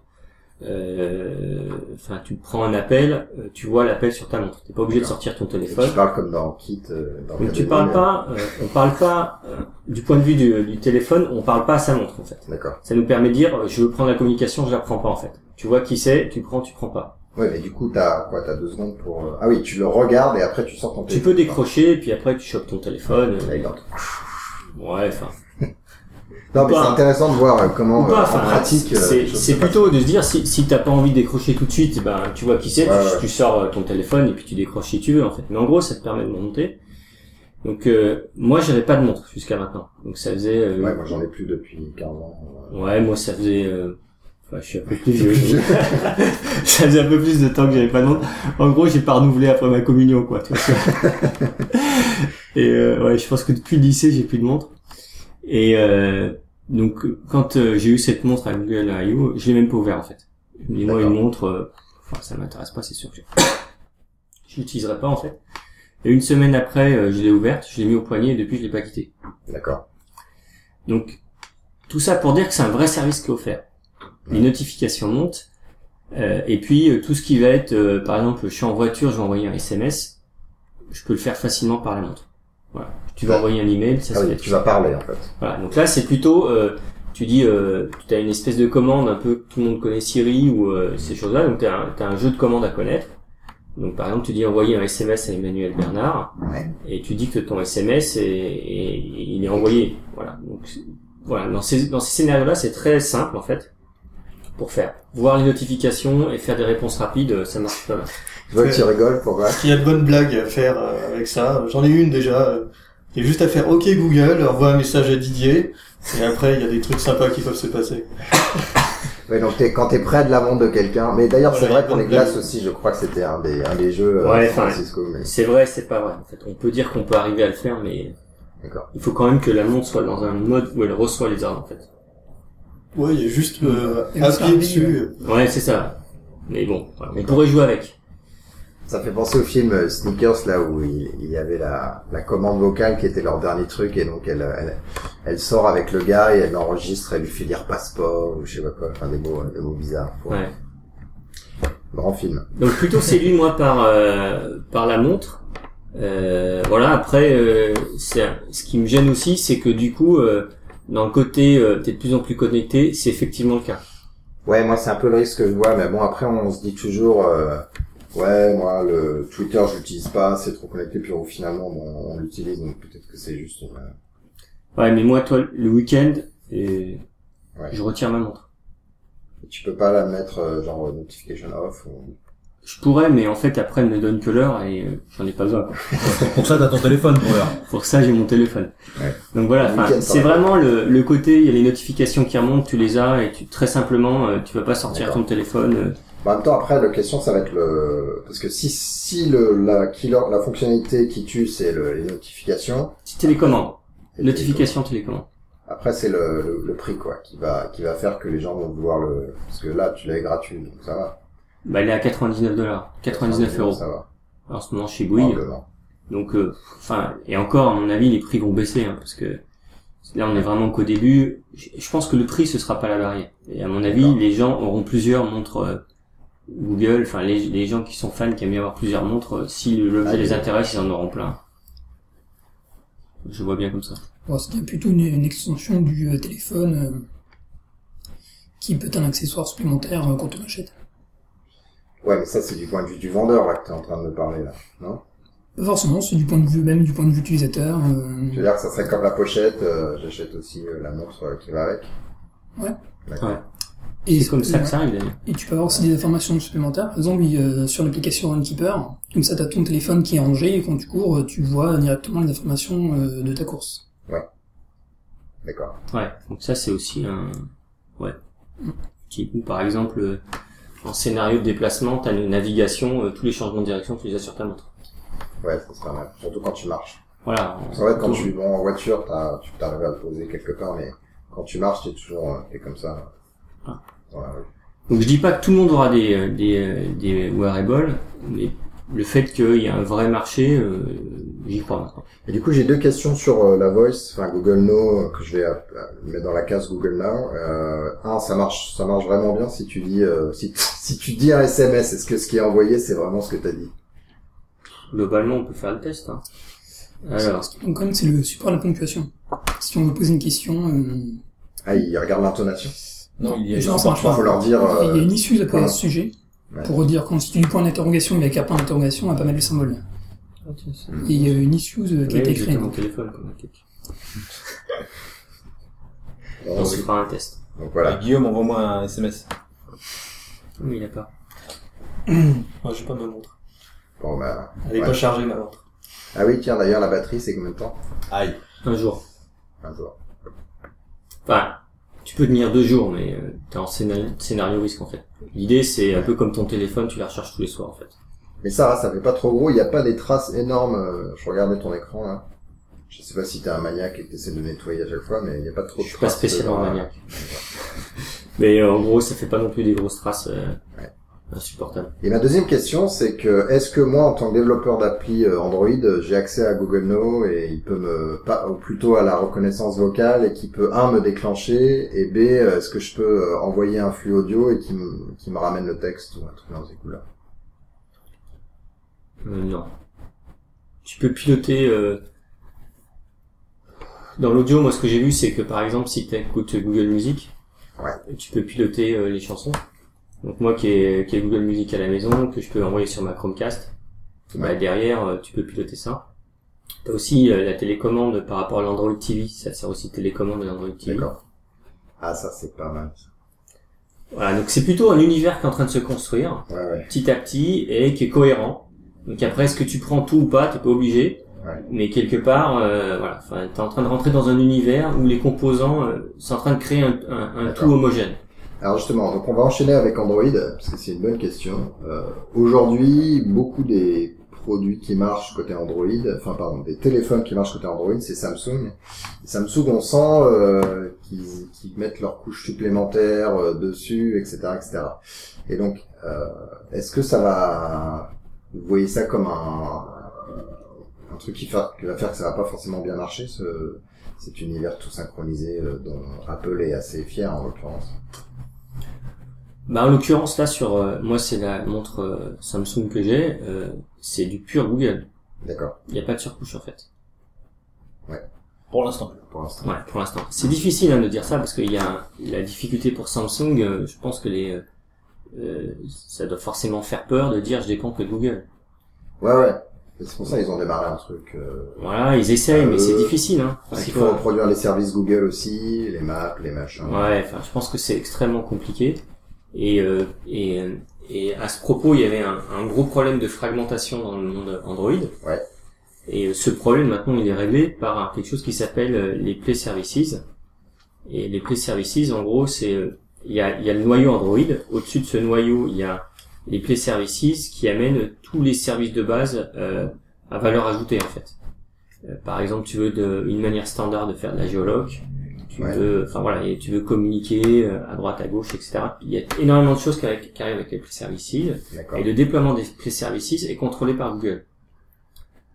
Tu prends un appel, tu vois l'appel sur ta montre. T'es pas obligé de sortir ton téléphone. Et tu parles comme dans Kit. Donc tu parles pas, on parle pas du point de vue du téléphone, on parle pas à sa montre en fait. D'accord. Ça nous permet de dire, je veux prendre la communication, je la prends pas en fait. Tu vois qui c'est, tu prends pas. Ouais, mais du coup, t'as 2 secondes pour... Ah oui, tu le regardes et après tu sors ton téléphone. Tu peux décrocher et puis après tu chopes ton téléphone. Là, il entre. Ouais, Non, mais c'est intéressant de voir comment, en pratique... c'est plutôt de se dire, si t'as pas envie de décrocher tout de suite, tu vois qui c'est, tu sors ton téléphone et puis tu décroches si tu veux, en fait. Mais en gros, ça te permet de monter. Donc, moi, j'avais pas de montre jusqu'à maintenant. Donc, ça faisait... Ouais, moi, j'en ai plus depuis 15 ans. Ouais, moi, ça faisait... je suis un peu plus vieux. Ça faisait un peu plus de temps que j'avais pas de montre. En gros, j'ai pas renouvelé après ma communion, quoi. Tu vois. Et je pense que depuis le lycée, j'ai plus de montre. Et donc quand j'ai eu cette montre à Google I.O., je l'ai même pas ouvert en fait. Je me dis moi une montre, ça m'intéresse pas, c'est sûr que je l'utiliserai pas en fait. Et une semaine après, je l'ai ouverte, je l'ai mis au poignet et depuis je l'ai pas quitté. D'accord. Donc tout ça pour dire que c'est un vrai service qui est offert. Les notifications montent et puis tout ce qui va être, par exemple, je suis en voiture, je vais envoyer un SMS, je peux le faire facilement par la montre. Voilà. Tu vas envoyer un email, ça se fait. Tu vas parler en fait. Voilà. Donc là, c'est plutôt, tu dis, tu as une espèce de commande un peu que tout le monde connaît Siri ou ces choses-là. Donc t'as un jeu de commandes à connaître. Donc par exemple, tu dis envoyer un SMS à Emmanuel Bernard, et tu dis que ton SMS et il est envoyé. Voilà. Donc voilà. Dans ces scénarios-là, c'est très simple en fait pour faire. Voir les notifications et faire des réponses rapides, ça marche pas mal. Je vois que tu rigoles, pourquoi? Il y a de bonnes blagues à faire avec ça. J'en ai une déjà. Il y a juste à faire OK Google, envoie un message à Didier, et après il y a des trucs sympas qui peuvent se passer. Ouais, donc quand t'es près de la montre de quelqu'un, mais d'ailleurs c'est vrai pour les glaces aussi, je crois que c'était un des jeux Francisco. Mais... C'est vrai, c'est pas vrai. En fait, on peut dire qu'on peut arriver à le faire, mais il faut quand même que la montre soit dans un mode où elle reçoit les ordres en fait. Ouais, il y a juste appuyer dessus. Ouais, c'est ça. Mais bon, voilà, on pourrait jouer avec. Ça fait penser au film Sneakers, là où il y avait la commande vocale qui était leur dernier truc, et donc elle sort avec le gars et elle l'enregistre, elle lui fait dire passeport ou je sais pas quoi, enfin des mots bizarres. Ouais. Grand film. Donc plutôt séduit moi par la montre. Voilà. Après, ce qui me gêne aussi, c'est que du coup, dans le côté t'es de plus en plus connecté, c'est effectivement le cas. Ouais, moi c'est un peu le risque que je vois, mais bon après on se dit toujours. Ouais, moi, le Twitter, je l'utilise pas, c'est trop connecté, puis finalement, on l'utilise, donc peut-être que c'est juste... Ouais, mais moi, toi, le week-end, je retire ma montre. Et tu peux pas la mettre, genre, notification off ou... Je pourrais, mais en fait, après, elle me donne que l'heure et j'en ai pas besoin, quoi. Pour ça, t'as ton téléphone pour l'heure. Pour ça, j'ai mon téléphone. Ouais. Donc voilà, c'est vraiment le côté, il y a les notifications qui remontent, tu les as, et très simplement, tu vas pas sortir ton téléphone... En même temps, après, la question, ça va être parce que si la fonctionnalité qui tue, c'est les notifications. C'est télécommande. Notification télécommande. Après, c'est le prix, quoi, qui va faire que les gens vont vouloir parce que là, tu l'avais gratuit, donc ça va. Il est à $99. 99 €. Ça va. En ce moment, chez Bouygues. Donc, et encore, à mon avis, les prix vont baisser, parce que là, on est vraiment qu'au début. Je pense que le prix, ce sera pas la barrière. Et à mon avis, les gens auront plusieurs montres Google. Enfin, les gens qui sont fans, qui aiment bien avoir plusieurs montres, si l'objet les intéresse, ils en auront plein. Je vois bien comme ça. Bon, c'était plutôt une extension du téléphone qui peut être un accessoire supplémentaire quand on achète. Ouais, mais ça, c'est du point de vue du vendeur, là, que t'es en train de me parler, là, non? Pas forcément, c'est du point de vue utilisateur. Tu veux dire que ça serait comme la pochette, j'achète aussi la montre qui va avec? Ouais. D'accord. Ouais. Et c'est comme ça que ça arrive d'ailleurs. Et tu peux avoir aussi des informations supplémentaires. Par exemple, sur l'application Runkeeper, comme ça t'as ton téléphone qui est rangé et quand tu cours, tu vois directement les informations de ta course. Ouais. D'accord. Ouais. Donc ça c'est aussi un ou par exemple en scénario de déplacement, t'as une navigation, tous les changements de direction tu les as sur ta montre. Ouais, ça c'est pas mal. Surtout quand tu marches. Voilà. En fait, quand en voiture, tu t'arrives à le poser quelque part, mais quand tu marches, t'es comme ça. Ah. Voilà, oui. Donc je dis pas que tout le monde aura des wearables, mais le fait qu'il y a un vrai marché, j'y crois maintenant. Et du coup, j'ai deux questions sur la voice, enfin Google Now, que je vais mettre dans la case Google Now. Ça marche vraiment bien si tu dis si tu dis un SMS, est-ce que ce qui est envoyé c'est vraiment ce que t'as dit? Globalement, on peut faire le test. Alors, ce qui compte quand même, c'est le support à la ponctuation. Si on veut poser une question, il regarde l'intonation. Non, il y a ça marche pas. Faut leur dire. Il y a une issue à ce sujet. Ouais. Pour dire quand si tu dis point d'interrogation, il va écrire point d'interrogation, on va pas mettre le symbole. Et il y a une issue qui a été créée. Mon téléphone comme un cake. Bon, On se fera un test. Donc voilà. Guillaume, envoie-moi un SMS. Oui, il a pas. Moi, j'ai pas ma montre. Bon bah. Elle est pas chargée, ma montre. Ah oui, tiens, d'ailleurs la batterie c'est combien de temps? Aïe. Un jour. Un jour. Enfin, tu peux tenir 2 jours, mais t'es en scénario risque en fait. L'idée c'est un peu comme ton téléphone, tu la recharges tous les soirs en fait. Mais ça fait pas trop gros, il y a pas des traces énormes. Je regardais ton écran là. Je sais pas si t'es un maniaque et que t'essaies de nettoyer à chaque fois, mais il y a pas trop de traces. Je suis pas spécialement maniaque. Mais en gros, ça fait pas non plus des grosses traces insupportables. Et ma deuxième question, c'est que est-ce que moi, en tant que développeur d'appli Android, j'ai accès à Google Now et il peut ou plutôt à la reconnaissance vocale et qui peut me déclencher et B, est-ce que je peux envoyer un flux audio et qui me ramène le texte ou un truc dans ces coups-là? Non. Tu peux piloter. Dans l'audio, moi, ce que j'ai vu, c'est que par exemple, si tu écoutes Google Music, tu peux piloter les chansons. Donc moi qui ai Google Music à la maison, que je peux envoyer sur ma Chromecast, derrière tu peux piloter ça. T'as aussi la télécommande par rapport à l'Android TV, ça sert aussi de télécommande de l'Android TV. D'accord. Ah ça c'est pas mal. Voilà, donc c'est plutôt un univers qui est en train de se construire, petit à petit, et qui est cohérent. Donc après, est-ce que tu prends tout ou pas, t'es pas obligé. Mais quelque part, t'es en train de rentrer dans un univers où les composants sont en train de créer un tout homogène. Alors justement, donc on va enchaîner avec Android, parce que c'est une bonne question. Aujourd'hui, beaucoup des produits qui marchent côté Android, des téléphones qui marchent côté Android, c'est Samsung. Et Samsung, on sent qu'ils mettent leurs couches supplémentaires dessus, etc., etc. Et donc, est-ce que ça va... Vous voyez ça comme un truc qui va faire que ça va pas forcément bien marcher, cet univers tout synchronisé dont Apple est assez fier en l'occurrence? En l'occurrence là moi c'est la montre Samsung que j'ai, c'est du pur Google. D'accord. Il n'y a pas de surcouche en fait. Ouais. Pour l'instant. Ouais, pour l'instant. C'est difficile de dire ça parce qu'il y a la difficulté pour Samsung. Je pense que ça doit forcément faire peur de dire je dépends que de Google. Ouais. C'est pour ça qu'ils ont démarré un truc. Voilà, ils essayent, mais c'est difficile. Parce qu'il faut reproduire les services Google aussi, les maps, les machins. Ouais, je pense que c'est extrêmement compliqué. Et à ce propos, il y avait un gros problème de fragmentation dans le monde Android. Ouais. Et ce problème, maintenant, il est réglé par quelque chose qui s'appelle les Play Services. Et les Play Services, en gros, il y a le noyau Android. Au-dessus de ce noyau, il y a les Play Services qui amènent tous les services de base à valeur ajoutée, en fait. Par exemple, tu veux une manière standard de faire de la géoloc. Tu veux communiquer à droite, à gauche, etc. Il y a énormément de choses qui arrivent avec les Play Services. Et le déploiement des Play Services est contrôlé par Google.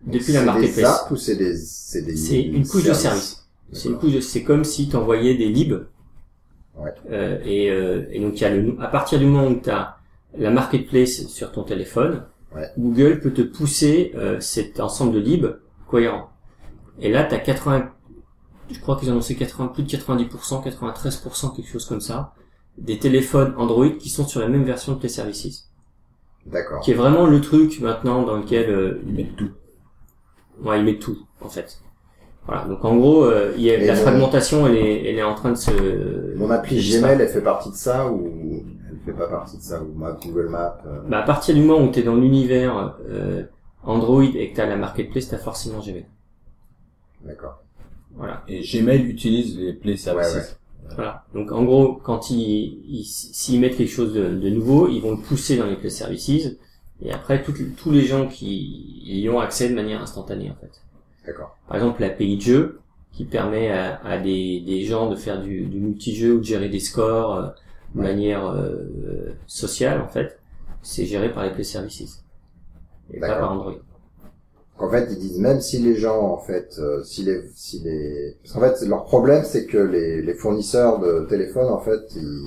depuis la marketplace. C'est des apps ou c'est une couche de service. C'est comme si tu envoyais des libs. Ouais. Et donc il y a à partir du moment où tu as la marketplace sur ton téléphone, ouais. Google peut te pousser cet ensemble de libs cohérent. Et là, tu as je crois qu'ils ont annoncé plus de 90%, 93%, quelque chose comme ça, des téléphones Android qui sont sur la même version de Play Services. D'accord. Qui est vraiment le truc maintenant dans lequel ils mettent tout. Ouais, ils mettent tout en fait. Voilà. Donc en gros, la fragmentation, elle est en train de se. Mon appli Gmail, elle fait partie de ça ou elle fait pas partie de ça ou Google Maps. Bah à partir du moment où t'es dans l'univers Android et que t'as la marketplace, t'as forcément Gmail. D'accord. Voilà. Et Gmail utilise les Play Services. Ouais. Voilà. Donc en gros, quand s'ils mettent quelque chose de nouveau, ils vont le pousser dans les Play Services et après tous les gens qui y ont accès de manière instantanée en fait. D'accord. Par exemple, l'API de jeu qui permet à des gens de faire du multijeu ou de gérer des scores de manière sociale en fait, c'est géré par les Play Services et pas par Android. En fait, ils disent même si les gens, en fait, parce qu'en fait, leur problème, c'est que les fournisseurs de téléphone, en fait,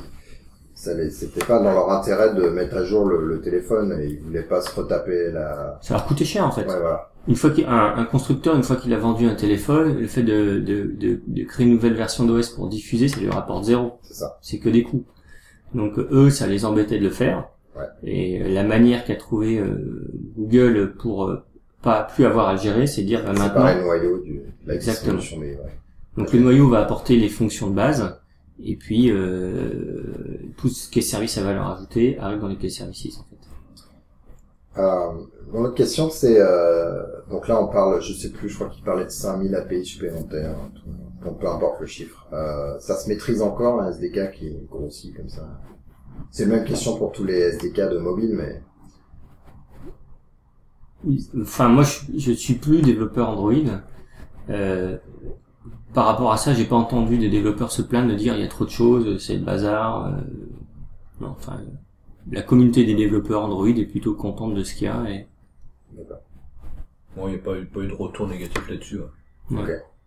c'était pas dans leur intérêt de mettre à jour le téléphone et ils voulaient pas se retaper Ça leur coûtait cher, en fait. Ouais, voilà. Une fois un constructeur, une fois qu'il a vendu un téléphone, le fait de créer une nouvelle version d'OS pour diffuser, ça lui rapporte zéro. C'est ça. C'est que des coûts. Donc, eux, ça les embêtait de le faire. Ouais. Et la manière qu'a trouvé Google pour pas plus avoir à le gérer, c'est dire maintenant. Séparer le noyau la exactement. Ouais. Donc le noyau va apporter les fonctions de base, et puis tout ce qui est service à valeur ajoutée arrive dans les Play Services en fait. Mon autre question c'est donc là on parle, je sais plus, je crois qu'il parlait de 5000 API supplémentaires, donc peu importe le chiffre. Ça se maîtrise encore un SDK qui grossit comme ça. C'est la même question pour tous les SDK de mobile, mais enfin moi je suis plus développeur Android. Par rapport à ça, j'ai pas entendu des développeurs se plaindre de dire il y a trop de choses, c'est le bazar. Non, enfin la communauté des développeurs Android est plutôt contente de ce qu'il y a et d'accord. Bon, il n'y a pas eu de retour négatif là-dessus. Ouais.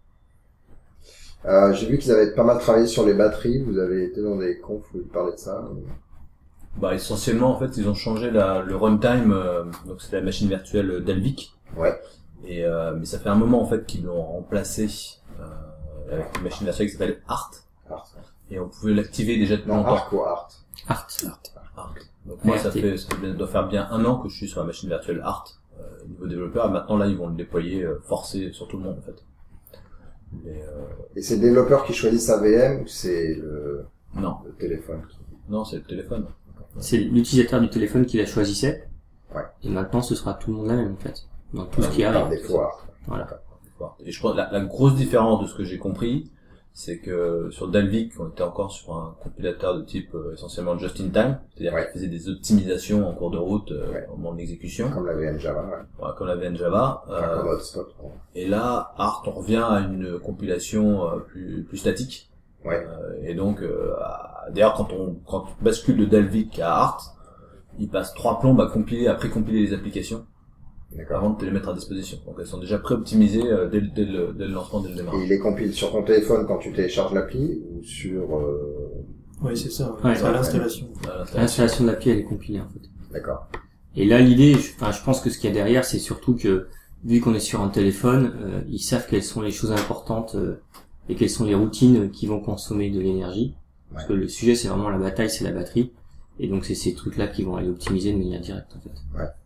Ok. J'ai vu qu'ils avaient pas mal travaillé sur les batteries. Vous avez été dans des confs où ils parlaient de ça. Bah essentiellement en fait ils ont changé le runtime, donc c'était la machine virtuelle Dalvik. Ouais. Et mais ça fait un moment en fait qu'ils l'ont remplacé avec une machine virtuelle qui s'appelle Art. Et on pouvait l'activer déjà depuis longtemps. Arc ou Art. Art. Donc moi ça doit faire bien 1 an que je suis sur la machine virtuelle Art niveau développeur. Et maintenant là ils vont le déployer forcé sur tout le monde en fait. Et c'est le développeur qui choisit sa VM ou c'est le téléphone Non, c'est le téléphone. C'est l'utilisateur du téléphone qui la choisissait. Ouais. Et maintenant, ce sera tout le monde la même, en fait. Dans tout ce qui arrive. Par défaut. Voilà. Et je pense la grosse différence de ce que j'ai compris, c'est que sur Dalvik, on était encore sur un compilateur de type essentiellement just-in-time, c'est-à-dire qu'il faisait des optimisations en cours de route au moment de l'exécution. Comme la VM Java. Ouais, comme la VM Java. Comme Hotspot. Et là, Art, on revient à une compilation plus statique. Ouais. Et donc, d'ailleurs, quand on bascule de Dalvik à Art, il passe 3 plombes à pré-compiler les applications. D'accord. Avant de te les mettre à disposition. Donc elles sont déjà pré-optimisées dès le lancement, dès le démarrage. Et il les compile sur ton téléphone quand tu télécharges l'appli ou sur... Oui, c'est ça. Ouais, c'est à l'installation. L'installation de l'appli, elle est compilée, en fait. D'accord. Et là, l'idée, je pense que ce qu'il y a derrière, c'est surtout que, vu qu'on est sur un téléphone, ils savent quelles sont les choses importantes et quelles sont les routines qui vont consommer de l'énergie. Parce que le sujet, c'est vraiment la bataille, c'est la batterie. Et donc, c'est ces trucs-là qui vont aller optimiser de manière directe, en fait. Ouais.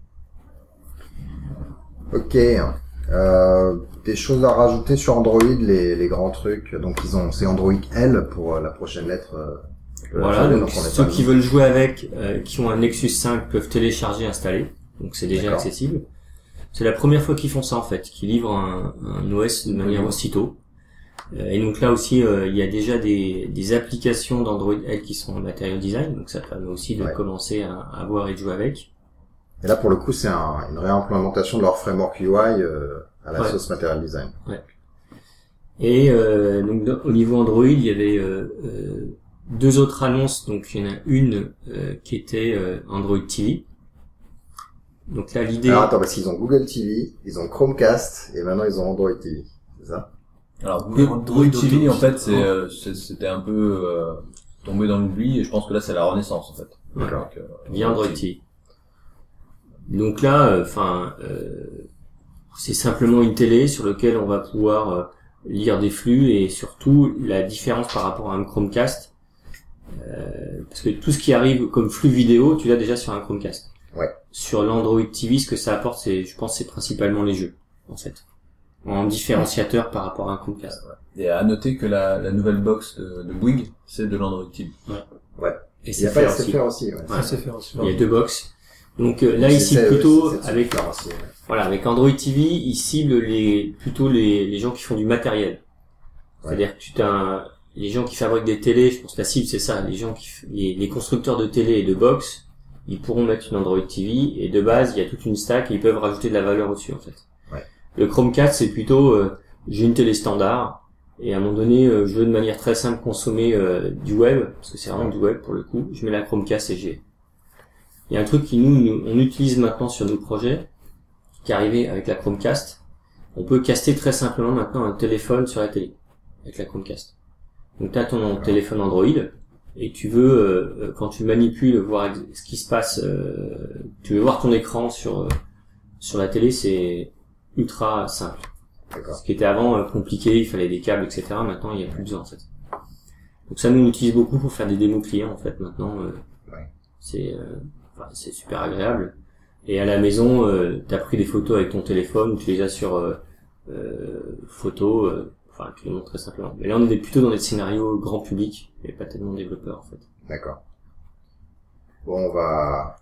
Ok. Des choses à rajouter sur Android, les grands trucs. Donc, c'est Android L pour la prochaine lettre. Voilà, donc ceux qui veulent jouer avec, qui ont un Nexus 5 peuvent télécharger et installer. Donc, c'est déjà accessible. C'est la première fois qu'ils font ça, en fait, qu'ils livrent un OS de manière aussitôt. Et donc là aussi, il y a déjà des applications d'Android L qui sont en Material Design, donc ça permet aussi de commencer à voir et de jouer avec. Et là, pour le coup, c'est une réimplémentation de leur framework UI à la sauce Material Design. Ouais. Et donc au niveau Android, il y avait 2 autres annonces. Donc il y en a une qui était Android TV. Donc là, l'idée... Alors attends, parce qu'ils ont Google TV, ils ont Chromecast, et maintenant ils ont Android TV, c'est ça? Alors Google TV, en fait, c'était un peu tombé dans l'oubli, et je pense que là, c'est la renaissance, en fait. D'accord. Donc, via Android TV. Donc là, c'est simplement une télé sur laquelle on va pouvoir lire des flux, et surtout la différence par rapport à un Chromecast, parce que tout ce qui arrive comme flux vidéo, tu l'as déjà sur un Chromecast. Ouais. Sur l'Android TV, ce que ça apporte, je pense, c'est principalement les jeux, en fait, en différenciateur par rapport à un Chromecast. Et à noter que la nouvelle box de Bouygues, c'est de l'Android TV. Ouais. Et Il y a pas SFR aussi, ouais. Ça, c'est faire aussi. Il y a 2 box. Donc là, il cible plutôt avec aussi, ouais. Voilà, avec Android TV, il cible plutôt les gens qui font du matériel. C'est-à-dire que les gens qui fabriquent des télés, je pense que la cible c'est ça, les constructeurs de télé et de box, ils pourront mettre une Android TV, et de base, il y a toute une stack et ils peuvent rajouter de la valeur au-dessus, en fait. Ouais. Le Chromecast, c'est plutôt, j'ai une télé standard, et à un moment donné, je veux de manière très simple consommer du web, parce que c'est vraiment du web pour le coup, je mets la Chromecast et j'ai. Il y a un truc on utilise maintenant sur nos projets, qui est arrivé avec la Chromecast. On peut caster très simplement maintenant un téléphone sur la télé, avec la Chromecast. Donc t'as ton téléphone Android, et tu veux, quand tu manipules, voir ce qui se passe, tu veux voir ton écran sur la télé, c'est ultra simple. D'accord. Ce qui était avant compliqué, il fallait des câbles, etc. Maintenant, il n'y a plus besoin, en fait. Donc ça, nous, on l'utilise beaucoup pour faire des démos clients, en fait. Maintenant, c'est super agréable. Et à la maison, t'as pris des photos avec ton téléphone, tu les as sur photos, tu les montres très simplement. Mais là, on est plutôt dans des scénarios grand public, et pas tellement développeurs, en fait. D'accord. Bon, on va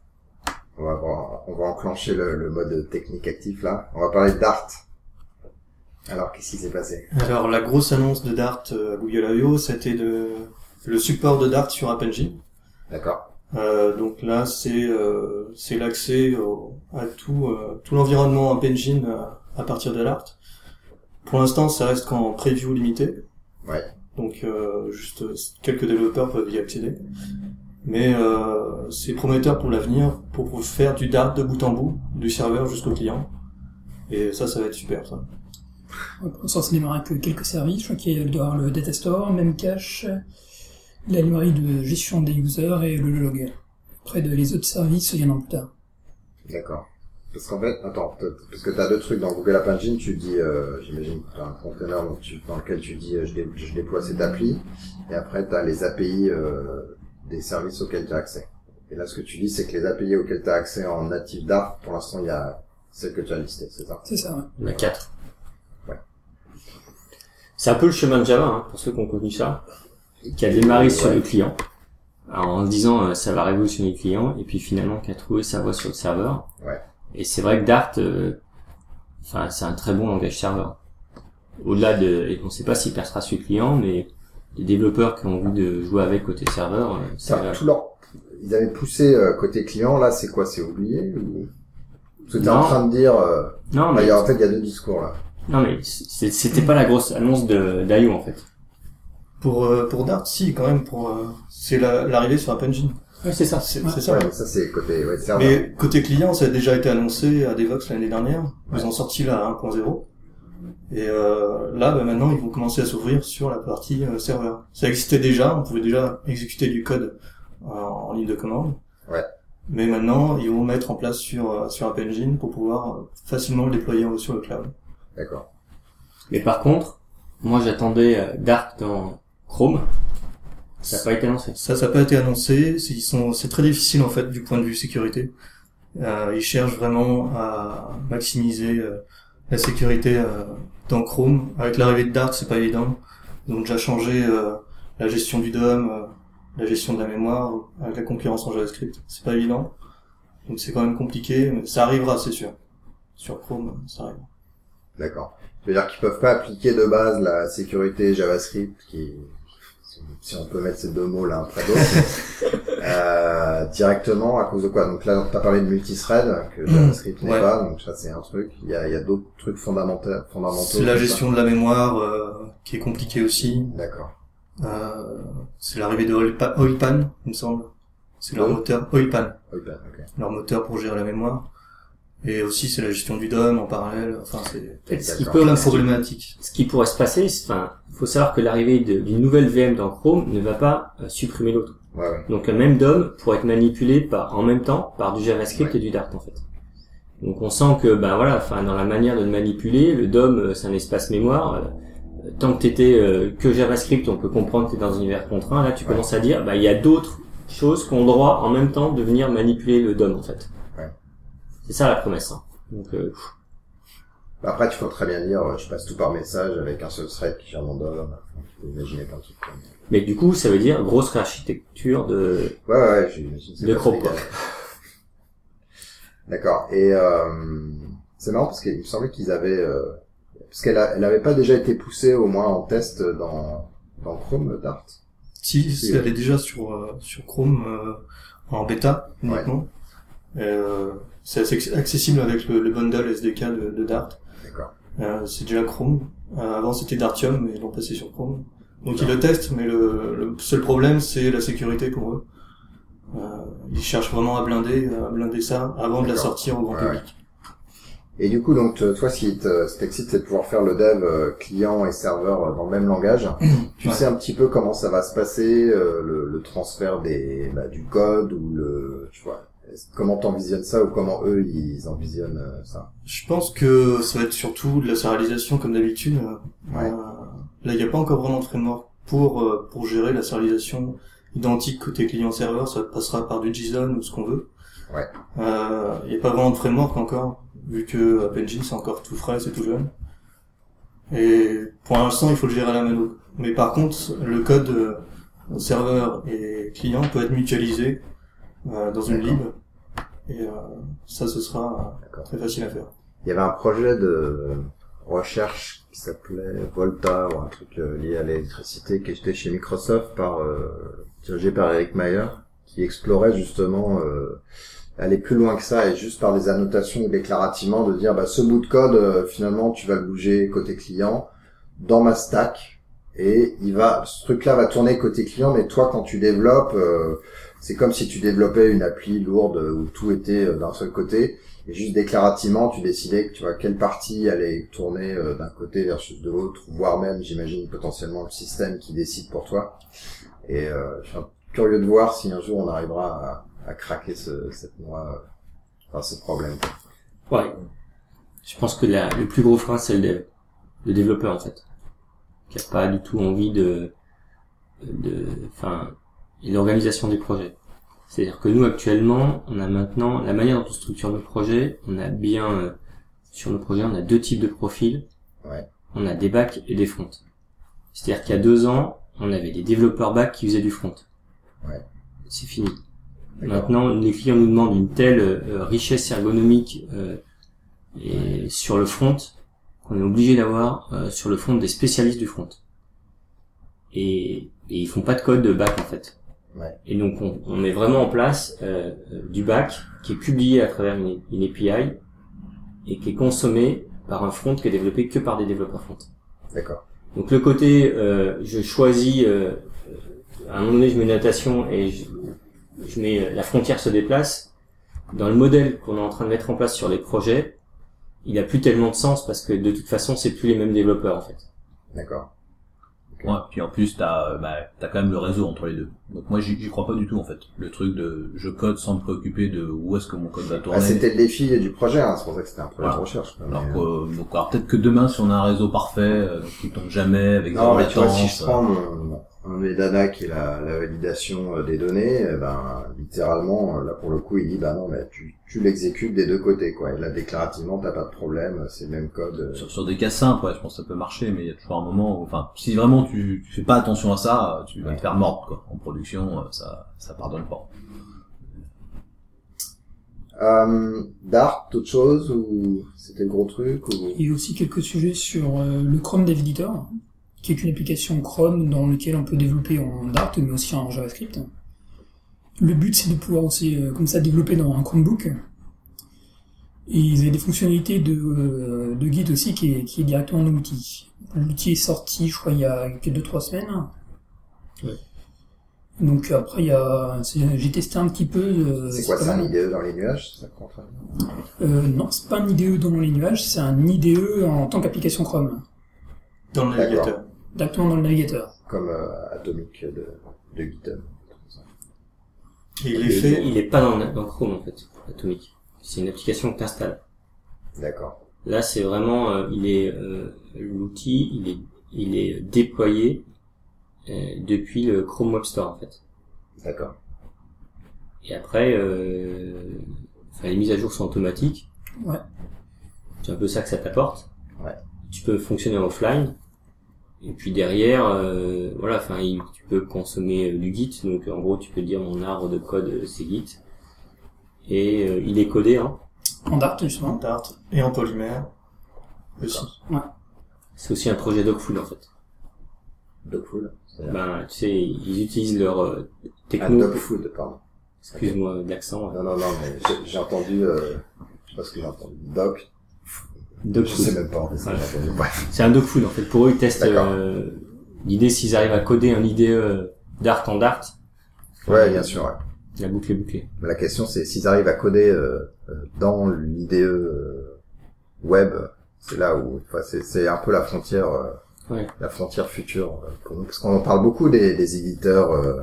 enclencher le mode technique actif, là. On va parler de Dart. Alors, qu'est-ce qui s'est passé? Alors, la grosse annonce de Dart à Google I.O., c'était le support de Dart sur App Engine. D'accord. Donc là, c'est l'accès à tout l'environnement App Engine à partir de Dart. Pour l'instant, ça reste qu'en preview limité. Ouais. Donc, juste quelques développeurs peuvent y accéder. Mais c'est prometteur pour l'avenir, pour faire du Dart de bout en bout, du serveur jusqu'au client. Et ça va être super, ça. Pour l'instant, ça démarre avec quelques services. Je crois qu'il doit y avoir le Data Store, Memcache, la librairie de gestion des users et le log. Après, les autres services, il y en a plus tard. D'accord. Parce qu'en fait, attends, parce que t'as deux trucs dans Google App Engine, tu dis, j'imagine que t'as un container dans lequel tu dis, je déploie cette appli, et après t'as les API des services auxquels tu as accès. Et là, ce que tu dis, c'est que les API auxquels tu as accès en native Dart, pour l'instant, il y a celles que tu as listées, c'est ça? C'est ça, ouais. Il y en a 4. Ouais. C'est un peu le chemin de Java, hein, pour ceux qui ont connu ça, qui a démarré sur le client, en se disant ça va révolutionner le client, et puis finalement qui a trouvé sa voie sur le serveur. Ouais. Et c'est vrai que Dart, c'est un très bon langage serveur. Au-delà et on sait pas s'il percera sur le client, mais les développeurs qui ont envie de jouer avec côté serveur, ils avaient poussé côté client, là, c'est quoi? C'est oublié ou... Parce que t'es en train de dire... Non, mais... en fait, il y a deux discours, là. Non, mais c'était pas la grosse annonce d'IO, en fait. Pour Dart, si, quand même, c'est l'arrivée sur App Engine. Ouais, c'est ça. C'est ça. ça. Ouais, ça, c'est côté serveur. Mais côté client, ça a déjà été annoncé à Devox l'année dernière. Ils ont sorti la 1.0. Et là, maintenant, ils vont commencer à s'ouvrir sur la partie serveur. Ça existait déjà, on pouvait déjà exécuter du code en ligne de commande. Ouais. Mais maintenant, ils vont mettre en place sur App Engine pour pouvoir facilement le déployer sur le cloud. D'accord. Mais par contre, moi j'attendais Dart dans Chrome. Ça n'a pas été annoncé. Ça n'a pas été annoncé. C'est très difficile en fait du point de vue sécurité. Ils cherchent vraiment à maximiser la sécurité dans Chrome. Avec l'arrivée de Dart, c'est pas évident. Ils ont déjà changé la gestion du DOM, la gestion de la mémoire, avec la concurrence en JavaScript. C'est pas évident. Donc c'est quand même compliqué, mais ça arrivera, c'est sûr. Sur Chrome, ça arrive. D'accord. C'est-à-dire qu'ils peuvent pas appliquer de base la sécurité JavaScript si on peut mettre ces deux mots l'un après l'autre, directement à cause de quoi? Donc là, t'as parlé de multithread, que JavaScript n'est pas, donc ça c'est un truc. Il y a d'autres trucs fondamentaux. C'est la gestion de la mémoire, qui est compliquée aussi. D'accord. C'est l'arrivée de Oilpan, il me semble. C'est leur moteur, Oilpan. Oilpan, ok. Leur moteur pour gérer la mémoire. Et aussi, c'est la gestion du DOM en parallèle. Enfin, c'est Ce qui plein de problématiques. Ce qui pourrait se passer, enfin, il faut savoir que l'arrivée d'une nouvelle VM dans Chrome ne va pas supprimer l'autre. Ouais. Donc le même DOM pourrait être manipulé en même temps par du JavaScript et du Dart en fait. Donc on sent que dans la manière de le manipuler, le DOM c'est un espace mémoire. Tant que t'étais que JavaScript, on peut comprendre que t'es dans un univers contraint. Là tu commences à dire il y a d'autres choses qui ont droit en même temps de venir manipuler le DOM en fait. Ouais. C'est ça la promesse. Hein. Donc après tu peux très bien dire je passe tout par message avec un seul thread qui gère mon DOM. Tu peux imaginer plein de trucs. Mais du coup ça veut dire grosse réarchitecture de j'imagine de Chrome. D'accord. Et c'est marrant parce qu'il me semblait qu'ils avaient parce qu'elle avait pas déjà été poussée au moins en test dans Chrome Dart. Si, elle est déjà sur Chrome en bêta uniquement. C'est assez accessible avec le bundle SDK de Dart. D'accord. C'est déjà Chrome. Avant c'était Dartium, mais ils l'ont passé sur Chrome. Donc ils le testent, mais le seul problème c'est la sécurité pour eux. Ils cherchent vraiment à blinder ça avant de la sortir au grand public. Et du coup, donc toi, ce qui t'excite, c'est de pouvoir faire le dev client et serveur dans le même langage. Tu sais un petit peu comment ça va se passer, le transfert du code ou comment t'envisionnes ça ou comment eux ils envisionnent ça? Je pense que ça va être surtout de la sérialisation comme d'habitude. Là, il n'y a pas encore vraiment de framework pour gérer la sérialisation identique côté client-serveur. Ça passera par du JSON ou ce qu'on veut. Ouais. Il n'y a pas vraiment de framework encore, vu que App Engine c'est encore tout frais, c'est tout jeune. Et pour l'instant, il faut le gérer à la mano. Mais par contre, le code serveur et client peut être mutualisé dans une lib. Et ça, ce sera très facile à faire. Il y avait un projet de recherche qui s'appelait Volta, ou un truc lié à l'électricité, qui était chez Microsoft dirigé par Eric Mayer, qui explorait justement aller plus loin que ça et juste par des annotations ou déclarativement de dire ce bout de code finalement tu vas le bouger côté client dans ma stack et ce truc là va tourner côté client, mais toi quand tu développes c'est comme si tu développais une appli lourde où tout était d'un seul côté et juste déclarativement tu décidais que quelle partie allait tourner d'un côté versus de l'autre, voire même j'imagine potentiellement le système qui décide pour toi. Et je suis curieux de voir si un jour on arrivera à craquer cette noix, ce problème. Ouais. Je pense que le plus gros frein, c'est le développeur, en fait. Qui a pas du tout envie et l'organisation des projets. C'est-à-dire que nous, actuellement, on a maintenant, la manière dont on structure nos projets, on a bien, sur nos projets, on a 2 types de profils. Ouais. On a des backs et des fronts. C'est-à-dire qu'il y a 2 ans, on avait des développeurs back qui faisaient du front. Ouais. C'est fini. D'accord. Maintenant, les clients nous demandent une telle richesse ergonomique et sur le front qu'on est obligé d'avoir sur le front des spécialistes du front. Et ils font pas de code de back en fait. Ouais. Et donc on met vraiment en place du back qui est publié à travers une API et qui est consommé par un front qui est développé que par des développeurs front. D'accord. Donc le côté je choisis à un moment donné je mets une notation et je mets la frontière se déplace. Dans le modèle qu'on est en train de mettre en place sur les projets, il a plus tellement de sens parce que de toute façon c'est plus les mêmes développeurs en fait. D'accord. Ouais, puis en plus t'as quand même le réseau entre les deux. Donc moi j'y crois pas du tout en fait. Le truc de je code sans me préoccuper de où est-ce que mon code va tourner. C'était le défi du projet, c'est pour ça que c'était un projet de recherche. Alors peut-être que demain si on a un réseau parfait, qui tombe jamais avec zéro latence. Tu vois, si je prends un metadata qui est la validation des données, littéralement là pour le coup il dit non mais tu l'exécutes des deux côtés quoi. Et là déclarativement t'as pas de problème, c'est le même code. Sur des cas simples, je pense que ça peut marcher, mais il y a toujours un moment où, si vraiment tu fais pas attention à ça, tu vas te faire mordre quoi. En production, ça pardonne pas. Dart, autre chose ou c'était le gros truc ou... Il y a aussi quelques sujets sur le Chrome Dev Editor, qui est une application Chrome dans laquelle on peut développer en Dart mais aussi en JavaScript. Le but c'est de pouvoir aussi comme ça développer dans un Chromebook. Et ils avaient des fonctionnalités de Git aussi qui est directement dans l'outil. L'outil est sorti, je crois, il y a 2-3 semaines. Ouais. Donc après j'ai testé un petit peu. C'est quoi, c'est un IDE dans les nuages, c'est ça qu'on train Non, c'est pas un IDE dans les nuages, c'est un IDE en tant qu'application Chrome. Dans le navigateur. Directement dans le navigateur. Comme Atomic de GitHub. Et il est pas dans Chrome en fait, Atomic. C'est une application que t'installes. D'accord. Là, c'est vraiment, l'outil, il est déployé depuis le Chrome Web Store en fait. D'accord. Et après, les mises à jour sont automatiques. Ouais. C'est un peu ça que ça t'apporte. Ouais. Tu peux fonctionner offline. Et puis derrière, tu peux consommer du Git. Donc en gros, tu peux dire mon arbre de code c'est Git. Et il est codé, hein. En Dart justement. En Dart et en polymère aussi. Ouais. C'est aussi un projet Dogfood en fait. Dogfood. Ben, tu sais, ils utilisent leur techno. Dogfood, pardon. Excuse-moi de l'accent. Non, mais j'ai entendu, je sais pas ce que j'ai entendu. Dogfood. Je sais même pas en fait. Voilà. C'est un Dogfood en fait. Pour eux, ils testent. L'idée, s'ils arrivent à coder un IDE Dart en Dart. Ouais, bien sûr. Ouais. La boucle est bouclée. Mais la question, c'est s'ils arrivent à coder dans l'IDE web, c'est là où, c'est un peu la frontière, la frontière future pour nous, parce qu'on en parle beaucoup des éditeurs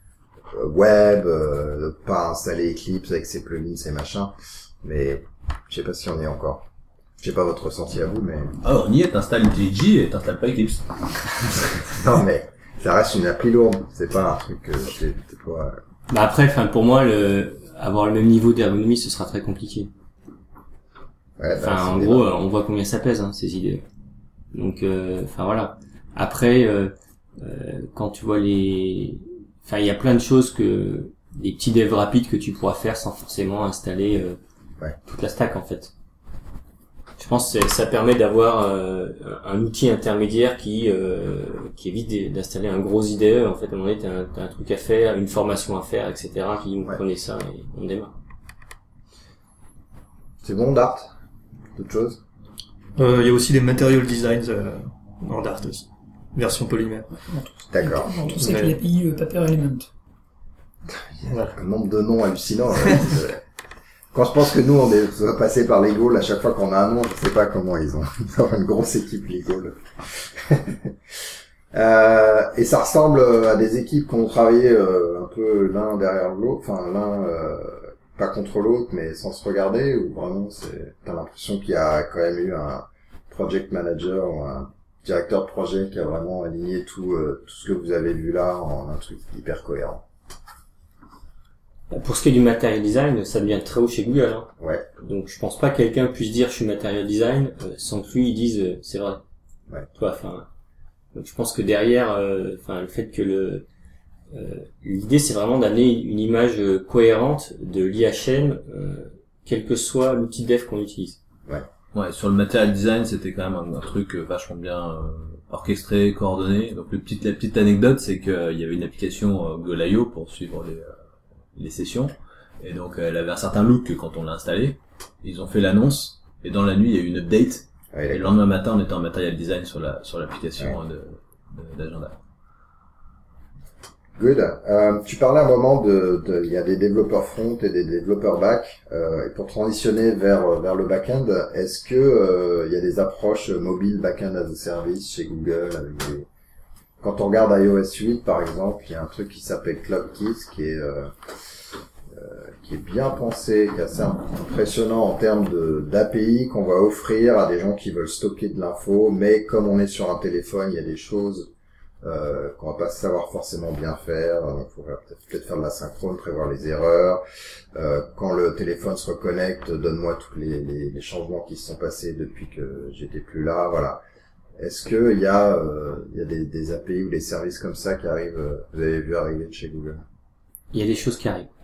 web, pas installer Eclipse avec ses plugins, ses machins, mais je sais pas si on y est encore. Je sais pas votre ressenti à vous, mais on y est. T'installes IntelliJ et t'installes pas Eclipse. non, mais ça reste une appli lourde. C'est pas un truc que c'est pas. Bah après, pour moi, avoir le même niveau d'ergonomie, ce sera très compliqué. Ouais, en gros, on voit combien ça pèse, hein, ces idées. Donc, voilà. Après, quand tu vois il y a plein de choses des petits devs rapides que tu pourras faire sans forcément installer toute la stack en fait. Je pense que ça permet d'avoir un outil intermédiaire qui évite d'installer un gros IDE. En fait, à un moment donné, t'as un truc à faire, une formation à faire, etc. Qui vous prenez ça et on démarre. C'est bon, Dart? D'autres choses? Il y a aussi des material designs en Dart aussi. Version polymère. D'accord. On trouve ça avec l'API Paper Element. Un nombre de noms hallucinants. Quand je pense que nous, on est passé par Legal, à chaque fois qu'on a un nom, je sais pas comment ils ont une grosse équipe Legal. Et ça ressemble à des équipes qui ont travaillé un peu l'un derrière l'autre, l'un pas contre l'autre, mais sans se regarder, ou vraiment t'as l'impression qu'il y a quand même eu un project manager ou un directeur de projet qui a vraiment aligné tout ce que vous avez vu là en un truc hyper cohérent. Pour ce qui est du material design, ça devient très haut chez Google. Hein. Ouais. Donc je pense pas que quelqu'un puisse dire je suis material design sans que lui il dise c'est vrai. Ouais. Donc je pense que derrière, le fait que l'idée c'est vraiment d'amener une image cohérente de l'IHM, quel que soit l'outil dev qu'on utilise. Ouais, sur le material design, c'était quand même un truc vachement bien orchestré, coordonné. Donc la petite anecdote, c'est qu'il y avait une application Goal.io pour suivre les sessions, et donc elle avait un certain look quand on l'a installé. Ils ont fait l'annonce, et dans la nuit il y a eu une update, et le lendemain matin on était en material design sur l'application d'agenda. Good. Tu parlais un moment il y a des développeurs front et des développeurs back, et pour transitionner vers le back-end, est-ce que il y a des approches mobile back-end as a service chez Google avec quand on regarde iOS 8 par exemple, il y a un truc qui s'appelle CloudKit qui est bien pensé, qui est assez impressionnant en termes d'API qu'on va offrir à des gens qui veulent stocker de l'info, mais comme on est sur un téléphone, il y a des choses qu'on va pas savoir forcément bien faire, donc il faut peut-être faire de la synchrone, prévoir les erreurs. Quand le téléphone se reconnecte, donne-moi tous les changements qui se sont passés depuis que j'étais plus là, voilà. Est-ce que il y a des API ou des services comme ça qui arrivent, vous avez vu arriver de chez Google? Il y a des choses qui arrivent.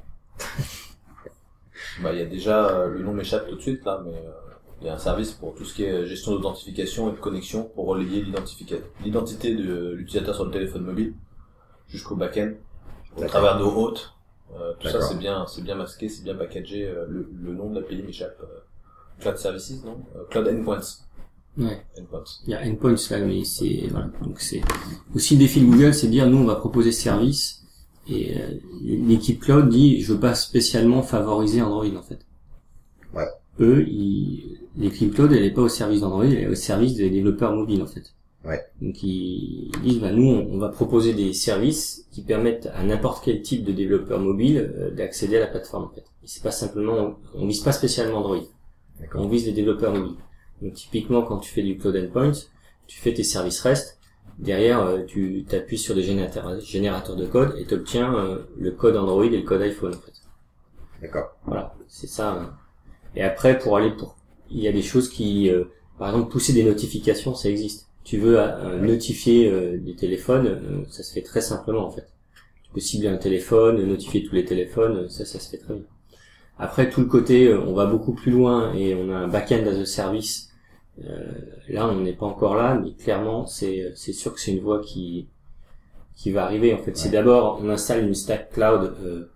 Il y a déjà, le nom m'échappe tout de suite là, mais il y a un service pour tout ce qui est gestion d'authentification et de connexion pour relayer l'identité de l'utilisateur sur le téléphone mobile jusqu'au back-end au travers de hôtes. Tout ça c'est bien masqué, c'est bien packagé. Le nom de l'API m'échappe. Cloud Services, non? Cloud Endpoints. Ouais. Il y a Endpoints là, mais donc c'est aussi le défi de Google, c'est de dire nous on va proposer ce service l'équipe cloud dit je veux pas spécialement favoriser Android en fait. Ouais. Eux, l'équipe cloud elle est pas au service d'Android, elle est au service des développeurs mobiles en fait. Ouais. Donc ils disent nous on va proposer des services qui permettent à n'importe quel type de développeur mobile d'accéder à la plateforme en fait. Et c'est pas simplement on vise pas spécialement Android. D'accord. On vise les développeurs mobiles. Donc typiquement quand tu fais du cloud endpoint, tu fais tes services REST, derrière tu t'appuies sur des générateurs de code et tu obtiens le code Android et le code iPhone en fait. D'accord. Voilà, c'est ça. Et après il y a des choses qui par exemple pousser des notifications, ça existe. Tu veux notifier des téléphones, ça se fait très simplement en fait. Tu peux cibler un téléphone, notifier tous les téléphones, ça se fait très bien. Après tout le côté, on va beaucoup plus loin et on a un back-end as a service. Là, on n'est pas encore là, mais clairement, c'est sûr que c'est une voie qui va arriver. En fait, c'est d'abord on installe une stack cloud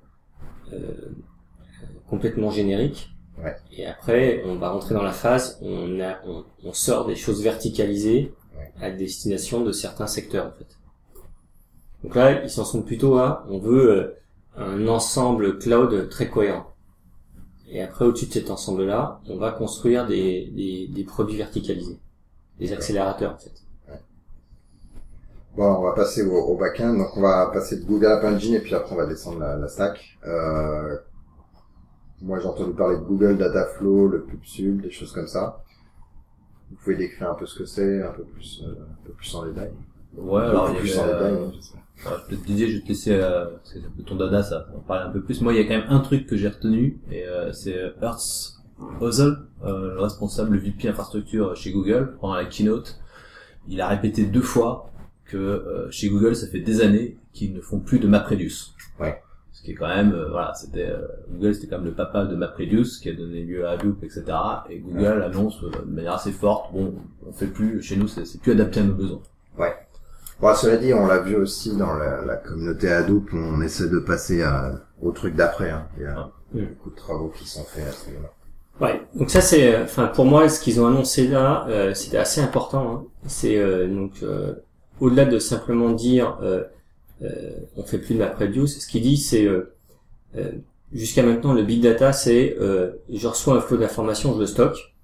complètement générique. Ouais. Et après, on va rentrer dans la phase où on sort des choses verticalisées à destination de certains secteurs en fait. Donc là, ils s'en sont plutôt on veut un ensemble cloud très cohérent. Et après, au-dessus de cet ensemble-là, on va construire des produits verticalisés, des accélérateurs en fait. Ouais. Bon, on va passer au back-end. Donc on va passer de Google App Engine et puis après on va descendre la stack. Moi, j'ai entendu parler de Google Dataflow, le PubSub, des choses comme ça. Vous pouvez décrire un peu ce que c'est, un peu plus en détail. Ouais, alors il y plus en avait, détail. peut-être Didier, je vais te laisser, c'est un peu ton dada, ça, en parler un peu plus. Moi, il y a quand même un truc que j'ai retenu, et c'est Urs Husel, le responsable, le VP infrastructure chez Google, pendant la keynote. Il a répété 2 fois que chez Google, ça fait des années qu'ils ne font plus de MapReduce. Ouais. Ce qui est quand même, Google, c'était quand même le papa de MapReduce, qui a donné lieu à Hadoop, etc. Et Google annonce de manière assez forte, bon, on fait plus, chez nous, c'est plus adapté à nos besoins. Ouais. Bon, cela dit, on l'a vu aussi dans la communauté Hadoop, on essaie de passer au truc d'après, hein. Il y a beaucoup de travaux qui sont faits à ce niveau-là. Ouais. Donc ça c'est, pour moi, ce qu'ils ont annoncé là, c'était assez important, hein. C'est, au-delà de simplement dire, on fait plus de MapReduce, ce qu'il dit c'est, jusqu'à maintenant, le big data c'est, je reçois un flot d'informations, je le stocke,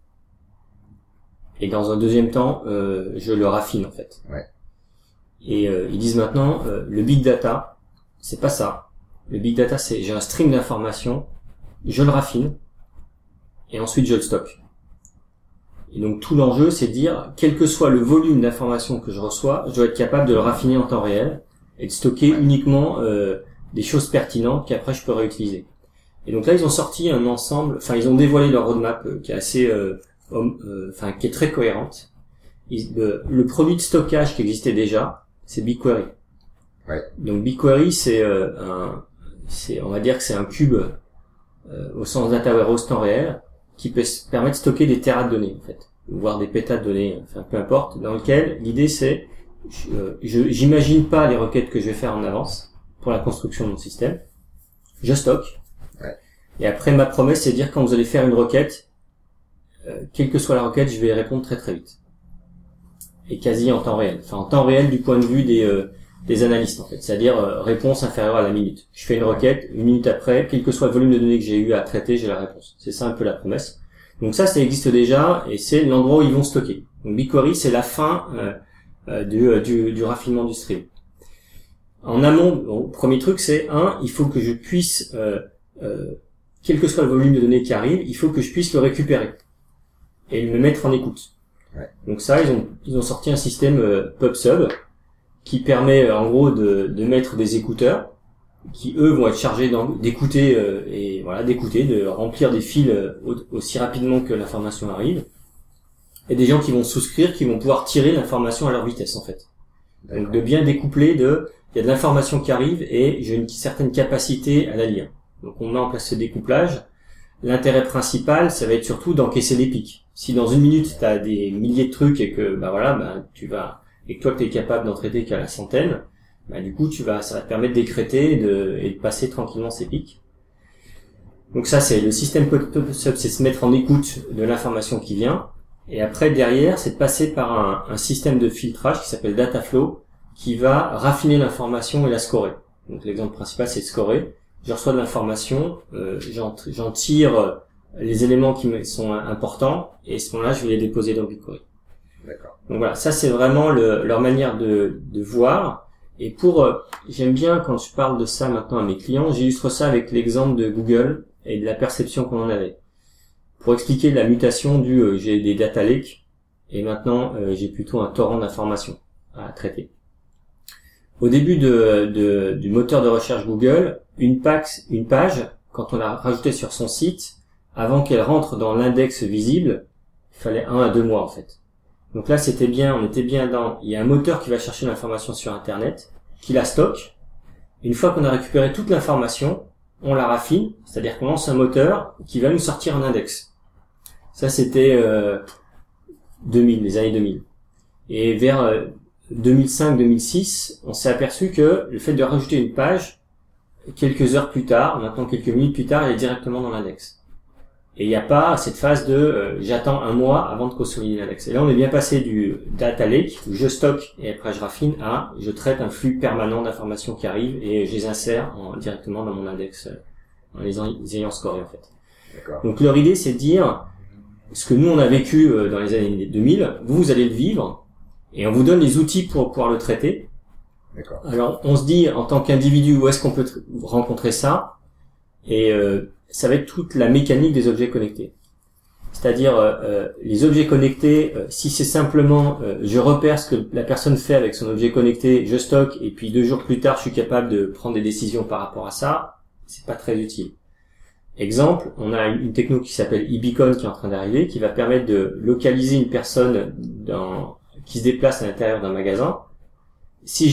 et dans un deuxième temps, je le raffine en fait. Ouais. Et ils disent maintenant, le big data, c'est pas ça. Le big data, c'est j'ai un stream d'informations, je le raffine, et ensuite je le stocke. Et donc tout l'enjeu, c'est de dire, quel que soit le volume d'informations que je reçois, je dois être capable de le raffiner en temps réel et de stocker uniquement des choses pertinentes qu'après je peux réutiliser. Et donc là, ils ont sorti un ensemble, ils ont dévoilé leur roadmap qui est assez, qui est très cohérente. Le produit de stockage qui existait déjà, c'est BigQuery. Ouais. Donc BigQuery, on va dire que c'est un cube au sens data warehouse temps réel qui permet de stocker des téras de données en fait, voire des pétas de données, peu importe, dans lequel l'idée c'est j'imagine pas les requêtes que je vais faire en avance pour la construction de mon système. Je stocke. Ouais. Et après ma promesse c'est de dire quand vous allez faire une requête, quelle que soit la requête, je vais y répondre très très vite. Et quasi en temps réel. En temps réel du point de vue des analystes, en fait. C'est-à-dire, réponse inférieure à la minute. Je fais une requête, 1 minute après, quel que soit le volume de données que j'ai eu à traiter, j'ai la réponse. C'est ça un peu la promesse. Donc ça existe déjà, et c'est l'endroit où ils vont stocker. Donc BigQuery, c'est la fin, du raffinement du stream. En amont, premier truc, c'est il faut que je puisse, quel que soit le volume de données qui arrive, il faut que je puisse le récupérer. Et le mettre en écoute. Ouais. Donc ça, ils ont sorti un système PubSub qui permet en gros de mettre des écouteurs qui eux vont être chargés d'écouter de remplir des fils aussi rapidement que l'information arrive, et des gens qui vont souscrire, qui vont pouvoir tirer l'information à leur vitesse en fait. D'accord. Donc de bien découpler il y a de l'information qui arrive et j'ai une certaine capacité à la lire. Donc on met en place ce découplage. L'intérêt principal, ça va être surtout d'encaisser les pics. Si dans 1 minute, tu as des milliers de trucs et que et que toi, tu es capable d'en traiter qu'à la centaine, du coup, ça va te permettre d'écréter et de passer tranquillement ces pics. Donc ça, c'est le système PubSub, c'est se mettre en écoute de l'information qui vient. Et après, derrière, c'est de passer par un système de filtrage qui s'appelle Dataflow, qui va raffiner l'information et la scorer. Donc l'exemple principal, c'est de scorer. Je reçois de l'information, j'en tire les éléments qui me sont importants, et à ce moment-là, je vais les déposer dans BigQuery. D'accord. Donc voilà, ça c'est vraiment leur manière de voir. Et j'aime bien quand je parle de ça maintenant à mes clients, j'illustre ça avec l'exemple de Google et de la perception qu'on en avait. Pour expliquer la mutation j'ai des data lakes, et maintenant j'ai plutôt un torrent d'informations à traiter. Au début du moteur de recherche Google, une page, quand on l'a rajoutée sur son site, avant qu'elle rentre dans l'index visible, il fallait 1 à 2 mois en fait. Donc là, on était bien il y a un moteur qui va chercher l'information sur Internet, qui la stocke. Une fois qu'on a récupéré toute l'information, on la raffine, c'est-à-dire qu'on lance un moteur qui va nous sortir un index. Ça, c'était 2000, les années 2000. Et vers 2005-2006, on s'est aperçu que le fait de rajouter une page, quelques heures plus tard, maintenant quelques minutes plus tard, elle est directement dans l'index. Et il n'y a pas cette phase de j'attends un mois avant de consolider l'index. Et là, on est bien passé du data lake, où je stocke et après je raffine, à je traite un flux permanent d'informations qui arrivent et je les insère directement dans mon index en les ayant scorés en fait. D'accord. Donc leur idée, c'est de dire ce que nous on a vécu dans les années 2000, vous allez le vivre et on vous donne les outils pour pouvoir le traiter. D'accord. Alors on se dit en tant qu'individu où est-ce qu'on peut rencontrer ça, et ça va être toute la mécanique des objets connectés. C'est-à-dire les objets connectés, si c'est simplement je repère ce que la personne fait avec son objet connecté, je stocke et puis 2 jours plus tard je suis capable de prendre des décisions par rapport à ça, c'est pas très utile. Exemple, on a une techno qui s'appelle eBeacon qui est en train d'arriver, qui va permettre de localiser une personne qui se déplace à l'intérieur d'un magasin. Si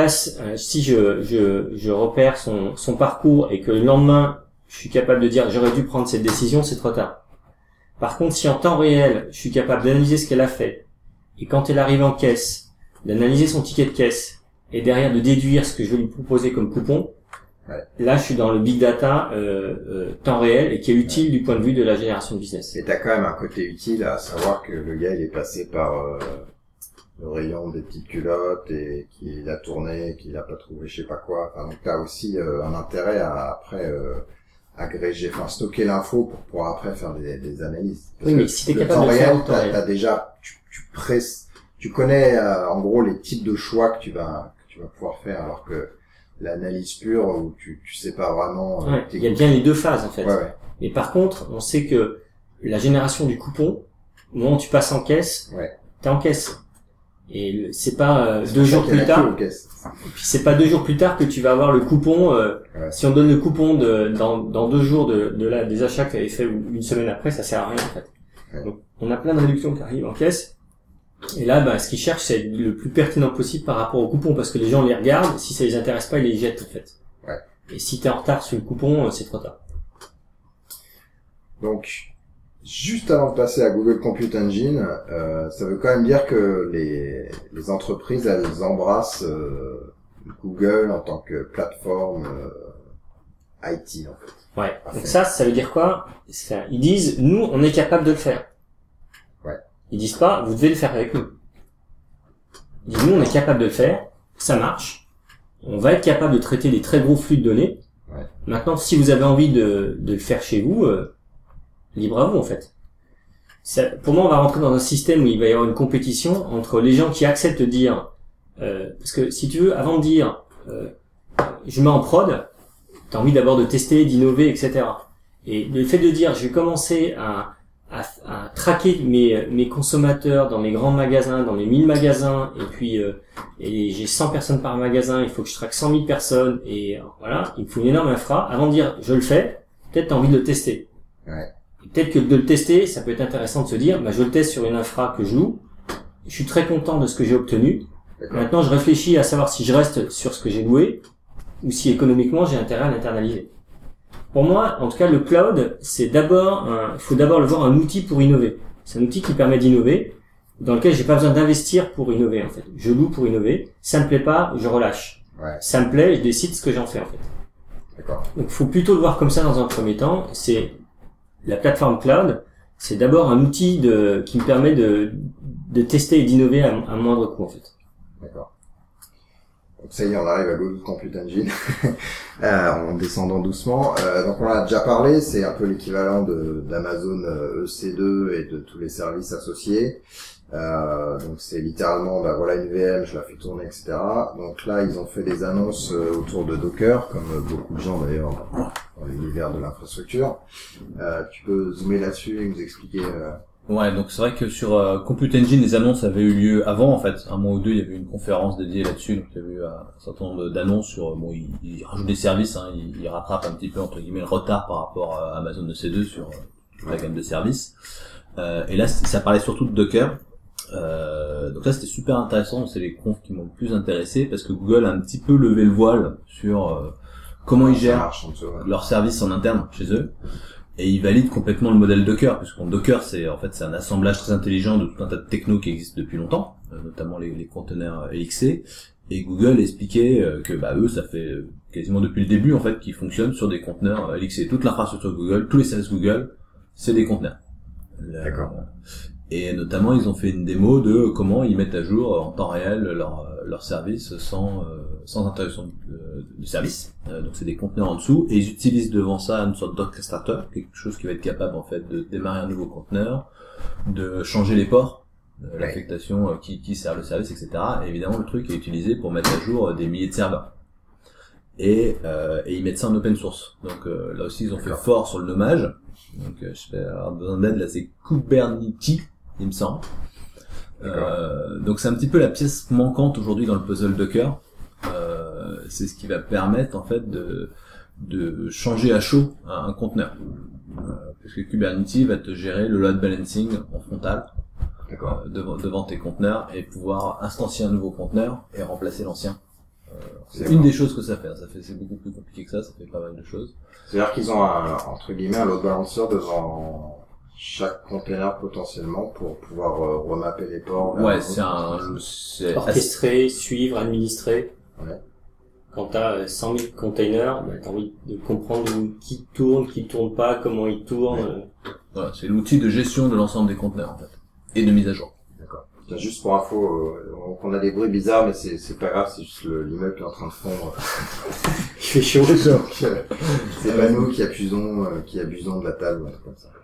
je repère son parcours et que le lendemain je suis capable de dire j'aurais dû prendre cette décision, c'est trop tard. Par contre, si en temps réel, je suis capable d'analyser ce qu'elle a fait, et quand elle arrive en caisse, d'analyser son ticket de caisse, et derrière de déduire ce que je vais lui proposer comme coupon, là je suis dans le big data temps réel, et qui est utile du point de vue de la génération de business. Et t'as quand même un côté utile à savoir que le gars il est passé par le rayon des petites culottes et qu'il a tourné, qu'il a pas trouvé je sais pas quoi. Enfin, donc t'as aussi un intérêt à après agréger, enfin stocker l'info pour pouvoir après faire des analyses. Parce oui, mais si t'es capable de réel, faire t'as déjà, tu connais en gros les types de choix que tu vas pouvoir faire, alors que l'analyse pure où tu sais pas vraiment. Il y a bien les deux phases en fait. Ouais. Mais par contre, on sait que la génération du coupon, au moment où tu passes en caisse, t'es en caisse. Et c'est pas 2 jours plus tard. Et puis c'est pas 2 jours plus tard que tu vas avoir le coupon. Si on donne le coupon dans 2 jours des achats que tu avais fait ou une semaine après, ça sert à rien en fait. Donc on a plein de réductions qui arrivent en caisse. Et là, ce qu'ils cherchent, c'est le plus pertinent possible par rapport au coupon, parce que les gens les regardent. Si ça les intéresse pas, ils les jettent en fait. Et si t'es en retard sur le coupon, c'est trop tard. Donc juste avant de passer à Google Compute Engine, ça veut quand même dire que les entreprises, elles embrassent Google en tant que plateforme IT, en fait. Ouais. Donc ça veut dire quoi? Ils disent, nous, on est capable de le faire. Ils disent pas, vous devez le faire avec nous. Ils disent, nous, on est capable de le faire, ça marche, on va être capable de traiter des très gros flux de données. Maintenant, si vous avez envie de le faire chez vous, libre à vous en fait. Pour moi, on va rentrer dans un système où il va y avoir une compétition entre les gens qui acceptent de dire, parce que si tu veux, avant de dire, je mets en prod, t'as envie d'abord de tester, d'innover, etc. Et le fait de dire, je vais commencer à traquer mes consommateurs dans mes grands magasins, dans mes 1000 magasins, et puis et j'ai 100 personnes par magasin, il faut que je traque 100 000 personnes, et voilà, il me faut une énorme infra. Avant de dire, je le fais, peut-être t'as envie de le tester. Et peut-être que de le tester, ça peut être intéressant de se dire, je le teste sur une infra que je loue, je suis très content de ce que j'ai obtenu. Maintenant, je réfléchis à savoir si je reste sur ce que j'ai loué, ou si économiquement j'ai intérêt à l'internaliser. Pour moi, en tout cas, le cloud, il faut d'abord le voir un outil pour innover. C'est un outil qui permet d'innover, dans lequel j'ai pas besoin d'investir pour innover, en fait. Je loue pour innover. Ça me plaît pas, je relâche. Ça me plaît, je décide ce que j'en fais, en fait. Donc, faut plutôt le voir comme ça dans un premier temps. C'est la plateforme cloud. C'est d'abord un outil qui me permet de tester et d'innover à moindre coût, en fait. Donc ça y est, on arrive à Google Compute Engine, en descendant doucement. Donc on en a déjà parlé, c'est un peu l'équivalent d'Amazon EC2 et de tous les services associés. Donc c'est littéralement, voilà une VM, je la fais tourner, etc. Donc là, ils ont fait des annonces autour de Docker, comme beaucoup de gens d'ailleurs dans l'univers de l'infrastructure. Tu peux zoomer là-dessus et nous expliquer Ouais, donc c'est vrai que sur Compute Engine, les annonces avaient eu lieu avant, en fait. Un mois ou deux, il y avait une conférence dédiée là-dessus, donc il y avait eu un certain nombre d'annonces sur, ils rajoutent des services, hein, ils rattrapent un petit peu, entre guillemets, le retard par rapport à Amazon EC2 sur la gamme de services. Et là, ça parlait surtout de Docker. Donc là, c'était super intéressant, c'est les confs qui m'ont le plus intéressé, parce que Google a un petit peu levé le voile sur comment ils gèrent leurs services en interne chez eux. Et ils valident complètement le modèle Docker, puisqu'en Docker, c'est un assemblage très intelligent de tout un tas de technos qui existent depuis longtemps, notamment les conteneurs LXC. Et Google expliquait que eux, ça fait quasiment depuis le début en fait qu'ils fonctionnent sur des conteneurs LXC. Toute l'infrastructure Google, tous les services Google, c'est des conteneurs. D'accord. Et notamment, ils ont fait une démo de comment ils mettent à jour en temps réel leur service sans interruption de service. Donc c'est des conteneurs en dessous, et ils utilisent devant ça une sorte d'orchestrateur, quelque chose qui va être capable en fait de démarrer un nouveau conteneur, de changer les ports, l'affectation qui sert le service, etc. Et évidemment, le truc est utilisé pour mettre à jour des milliers de serveurs. Et ils mettent ça en open source. Donc là aussi, ils ont fait fort sur le nommage. Donc je vais avoir besoin d'aide, là c'est Kubernetes, il me semble. Donc c'est un petit peu la pièce manquante aujourd'hui dans le puzzle Docker. C'est ce qui va permettre en fait de changer à chaud un conteneur. Parce que Kubernetes va te gérer le load balancing en frontal devant tes conteneurs et pouvoir instancier un nouveau conteneur et remplacer l'ancien. C'est une des choses que ça fait. C'est beaucoup plus compliqué que ça fait pas mal de choses. C'est-à-dire qu'ils ont entre guillemets un load balancer devant chaque container potentiellement pour pouvoir remapper les ports. Ouais, c'est orchestrer, suivre, administrer. Ouais. Quand t'as 100 000 containers, t'as envie de comprendre qui tourne pas, comment ils tournent. Voilà, c'est l'outil de gestion de l'ensemble des conteneurs en fait et de mise à jour. D'accord. Tiens, juste pour info, on a des bruits bizarres, mais c'est pas grave, c'est juste l'immeuble qui est en train de fondre. Il fait chaud. Donc, c'est pas nous qui abusons de la table ou un truc comme ça.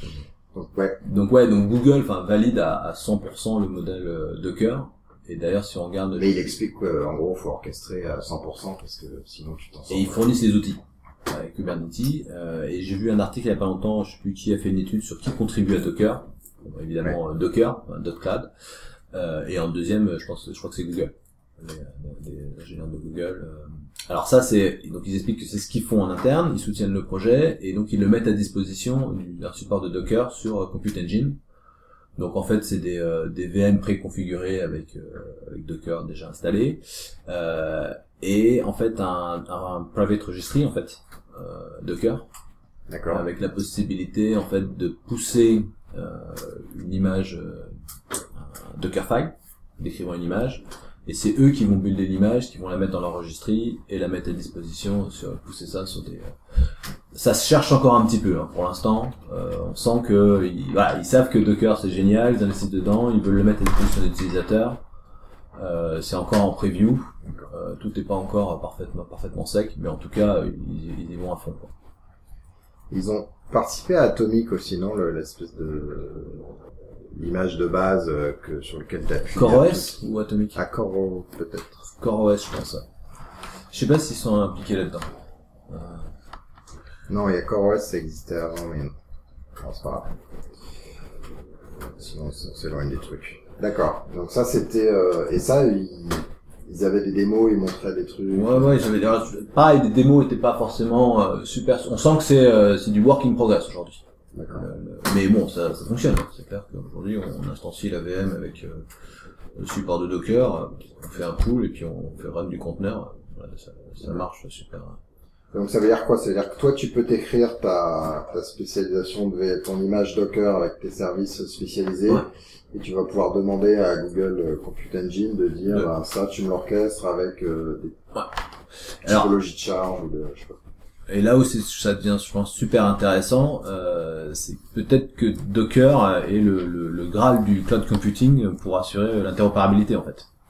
Donc Google, valide à 100% le modèle Docker. Et d'ailleurs, si on regarde... Mais il explique qu'en gros, faut orchestrer à 100% parce que sinon tu t'en sors. Et ils fournissent les outils avec Kubernetes. Et j'ai vu un article il y a pas longtemps, je sais plus qui a fait une étude sur qui contribue à Docker. Bon, évidemment, Docker, .cloud. Et en deuxième, je crois que c'est Google. Les ingénieurs de Google. Alors ça, donc ils expliquent que c'est ce qu'ils font en interne, ils soutiennent le projet, et donc ils le mettent à disposition d'un support de Docker sur Compute Engine. Donc en fait, c'est des VM préconfigurés avec Docker déjà installé, et en fait un private registry en fait Docker. D'accord. Avec la possibilité en fait de pousser une image Dockerfile, décrivant une image, et c'est eux qui vont builder l'image, qui vont la mettre dans leur registry et la mettre à disposition, pousser ça sur des... Ça se cherche encore un petit peu pour l'instant. On sent que ils savent que Docker c'est génial, ils investissent dedans, ils veulent le mettre à disposition des utilisateurs. C'est encore en preview, tout n'est pas encore parfaitement sec, mais en tout cas ils y vont à fond, quoi. Ils ont participé à Atomic aussi, non, l'espèce de l'image de base sur lequel tu appuies. CoreOS ou Atomic? Ah, CoreOS peut-être. CoreOS, je pense. Je sais pas s'ils sont impliqués là-dedans. Non, il y a CoreOS, ça existait avant, mais non. Non, c'est pas grave. Sinon, on s'éloigne des trucs. D'accord. Donc ça, c'était... et ça, ils avaient des démos, ils montraient des trucs. Ouais, pareil, des démos étaient pas forcément super... On sent que c'est du work in progress aujourd'hui. D'accord. Mais bon, ça fonctionne. C'est clair qu'aujourd'hui, on instancie la VM avec le support de Docker, on fait un pull et puis on fait run du conteneur. Voilà, ça marche super. Donc ça veut dire quoi? Ça veut dire que toi, tu peux t'écrire ta spécialisation ton image Docker avec tes services spécialisés, et tu vas pouvoir demander à Google Compute Engine de dire ça, tu me l'orchestres avec des typologies de charge ou de... Je sais pas. Et là où ça devient, je pense, super intéressant, c'est peut-être que Docker est le graal du cloud computing pour assurer l'interopérabilité, en fait.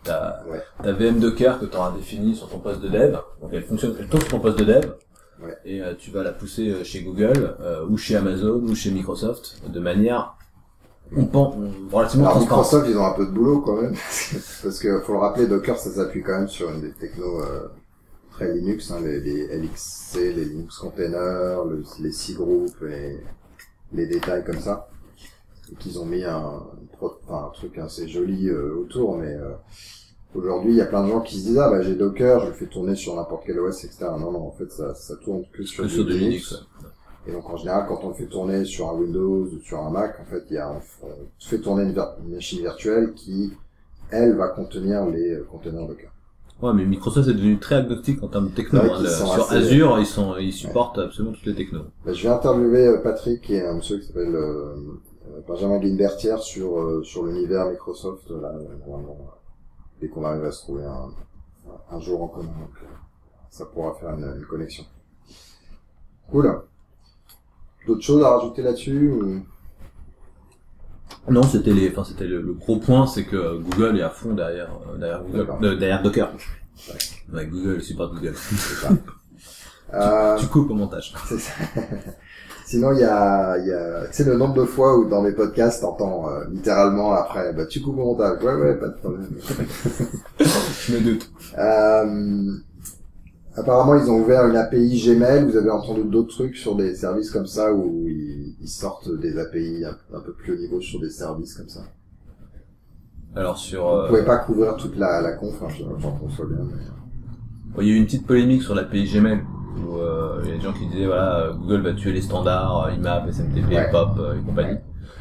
T'as VM Docker que tu auras défini sur ton poste de dev. Donc elle tourne sur ton poste de dev. Ouais. Et tu vas la pousser chez Google, ou chez Amazon, ou chez Microsoft, de manière relativement transparente. Microsoft, ils ont un peu de boulot quand même. Parce que, faut le rappeler, Docker, ça s'appuie quand même sur une des technos, très Linux, hein, les LXC, les Linux Containers, les C-Group et les détails comme ça. Et qu'ils ont mis un truc assez joli autour, mais aujourd'hui il y a plein de gens qui se disent j'ai Docker, je le fais tourner sur n'importe quel OS, etc. Non, en fait ça tourne que sur du Linux. Et donc en général quand on le fait tourner sur un Windows ou sur un Mac, en fait on fait tourner une machine virtuelle qui elle va contenir les containers Docker. Ouais, mais Microsoft est devenu très agnostique en termes de techno. Sur Azure, ils supportent absolument toutes les technos. Je vais interviewer Patrick, qui est un monsieur qui s'appelle Benjamin Guimbertière sur l'univers Microsoft, là, dès qu'on arrive à se trouver un jour en commun. Donc, ça pourra faire une connexion. Cool. D'autres choses à rajouter là-dessus ou... Non, c'était le gros point, c'est que Google est à fond derrière Docker. Ouais, Google supporte Google. C'est ça. Tu coupes au montage. C'est ça. Sinon, il y a, tu sais, le nombre de fois où dans mes podcasts, t'entends littéralement après, tu coupes au montage. Ouais, pas de problème. Je me doute. Apparemment, ils ont ouvert une API Gmail. Vous avez entendu d'autres trucs sur des services comme ça où ils sortent des API un peu plus haut niveau sur des services comme ça. Alors Vous pouvez pas couvrir toute la conf, hein, j'en conçois bien. Mais... Il y a eu une petite polémique sur l'API Gmail où il y a des gens qui disaient Google va tuer les standards IMAP, SMTP, POP et compagnie.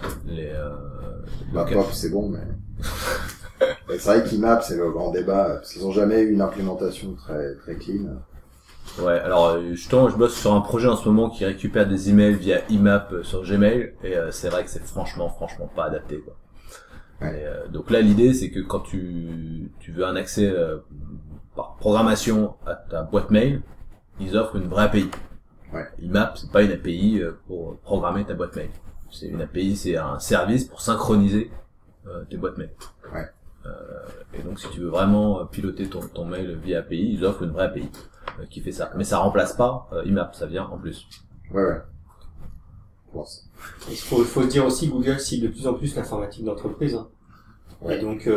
POP c'est bon, mais c'est vrai qu'IMAP c'est le grand débat parce qu'ils ont jamais eu une implémentation très très clean. Ouais, alors justement, je bosse sur un projet en ce moment qui récupère des emails via IMAP sur Gmail et c'est vrai que c'est franchement pas adapté, quoi. Ouais. Et, donc là, l'idée c'est que quand tu veux un accès par programmation à ta boîte mail, ils offrent une vraie API. Ouais. IMAP, c'est pas une API pour programmer ta boîte mail. C'est une API, c'est un service pour synchroniser tes boîtes mail. Ouais. Et donc, si tu veux vraiment piloter ton mail via API, ils offrent une vraie API qui fait ça. Mais ça remplace pas IMAP, ça vient en plus. Ouais. Bon, il faut se dire aussi, Google cible de plus en plus l'informatique d'entreprise. Hein. Ouais. Et donc,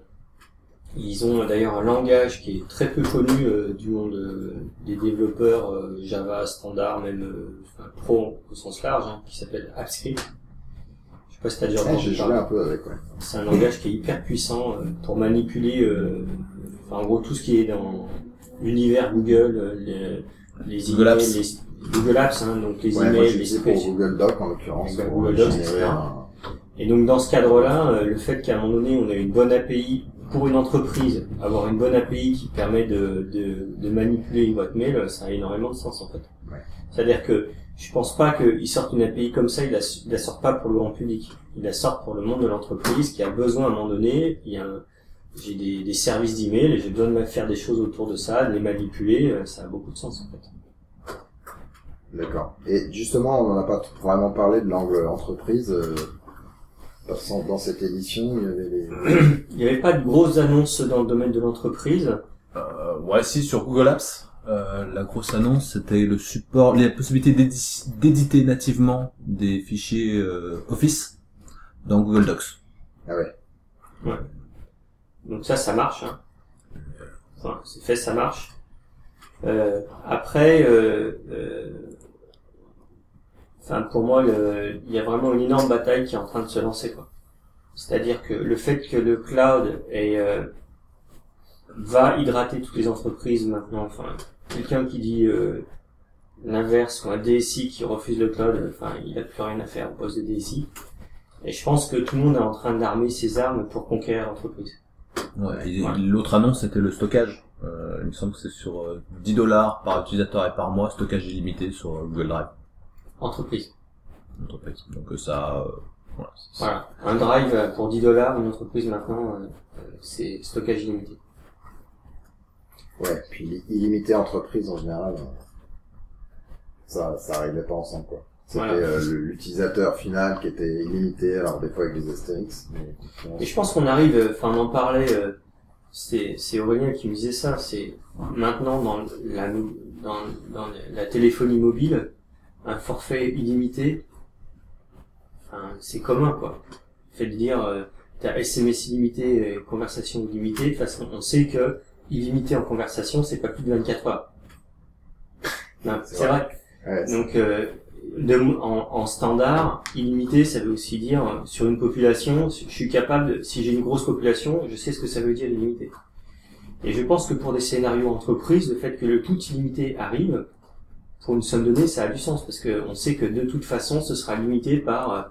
ils ont d'ailleurs un langage qui est très peu connu du monde des développeurs Java standard, même pro au sens large, hein, qui s'appelle AppScript. Je sais pas si t'as déjà entendu j'ai joué un peu avec, ouais. C'est un langage qui est hyper puissant pour manipuler, en gros tout ce qui est dans l'univers Google, les Google emails, Apps. les Google Apps, hein, donc les Ouais, emails, moi, les pour Google Doc en l'occurrence. Google pour Docs, générer etc. Et donc dans ce cadre-là, le fait qu'à un moment donné on ait une bonne API pour une entreprise, avoir une bonne API qui permet de manipuler une boîte mail, ça a énormément de sens en fait. Ouais. C'est-à-dire que je pense pas qu'ils sortent une API comme ça, ils la sortent pas pour le grand public. Ils la sortent pour le monde de l'entreprise qui a besoin à un moment donné, j'ai des services d'email et j'ai besoin de faire des choses autour de ça, de les manipuler, ça a beaucoup de sens en fait. D'accord. Et justement, on n'en a pas vraiment parlé de l'angle entreprise. Dans cette édition, il y avait pas de grosses annonces dans le domaine de l'entreprise. Ouais, si, sur Google Apps, la grosse annonce, c'était le support, la possibilité d'éditer nativement des fichiers Office dans Google Docs. Ah ouais. Ouais. Donc ça marche, hein. Enfin, c'est fait, ça marche. Après, pour moi, il y a vraiment une énorme bataille qui est en train de se lancer, quoi. C'est-à-dire que le fait que le cloud va hydrater toutes les entreprises maintenant, quelqu'un qui dit l'inverse, ou un DSI qui refuse le cloud, il a plus rien à faire au poste de DSI. Et je pense que tout le monde est en train d'armer ses armes pour conquérir l'entreprise. Ouais, l'autre annonce, c'était le stockage. Il me semble que c'est sur $10 par utilisateur et par mois, stockage illimité sur Google Drive. Entreprise. Donc ça, voilà. Un drive pour $10, une entreprise maintenant, c'est stockage illimité. Ouais, puis illimité entreprise en général, ça arrivait pas ensemble, quoi. C'était l'utilisateur final qui était illimité, alors des fois avec des astérix. Et je pense qu'on arrive, on en parlait, c'est Aurélien qui me disait ça. C'est maintenant dans la téléphonie mobile, un forfait illimité, enfin, c'est commun, quoi. Le fait de dire, t'as SMS illimité, conversation illimitée, de toute façon, on sait que illimité en conversation, c'est pas plus de 24 heures. Non, c'est vrai. Ouais, donc, en standard, illimité, ça veut aussi dire, sur une population, je suis capable, si j'ai une grosse population, je sais ce que ça veut dire illimité. Et je pense que pour des scénarios entreprises, le fait que le tout illimité arrive, pour une somme donnée, ça a du sens, parce que on sait que de toute façon, ce sera limité par,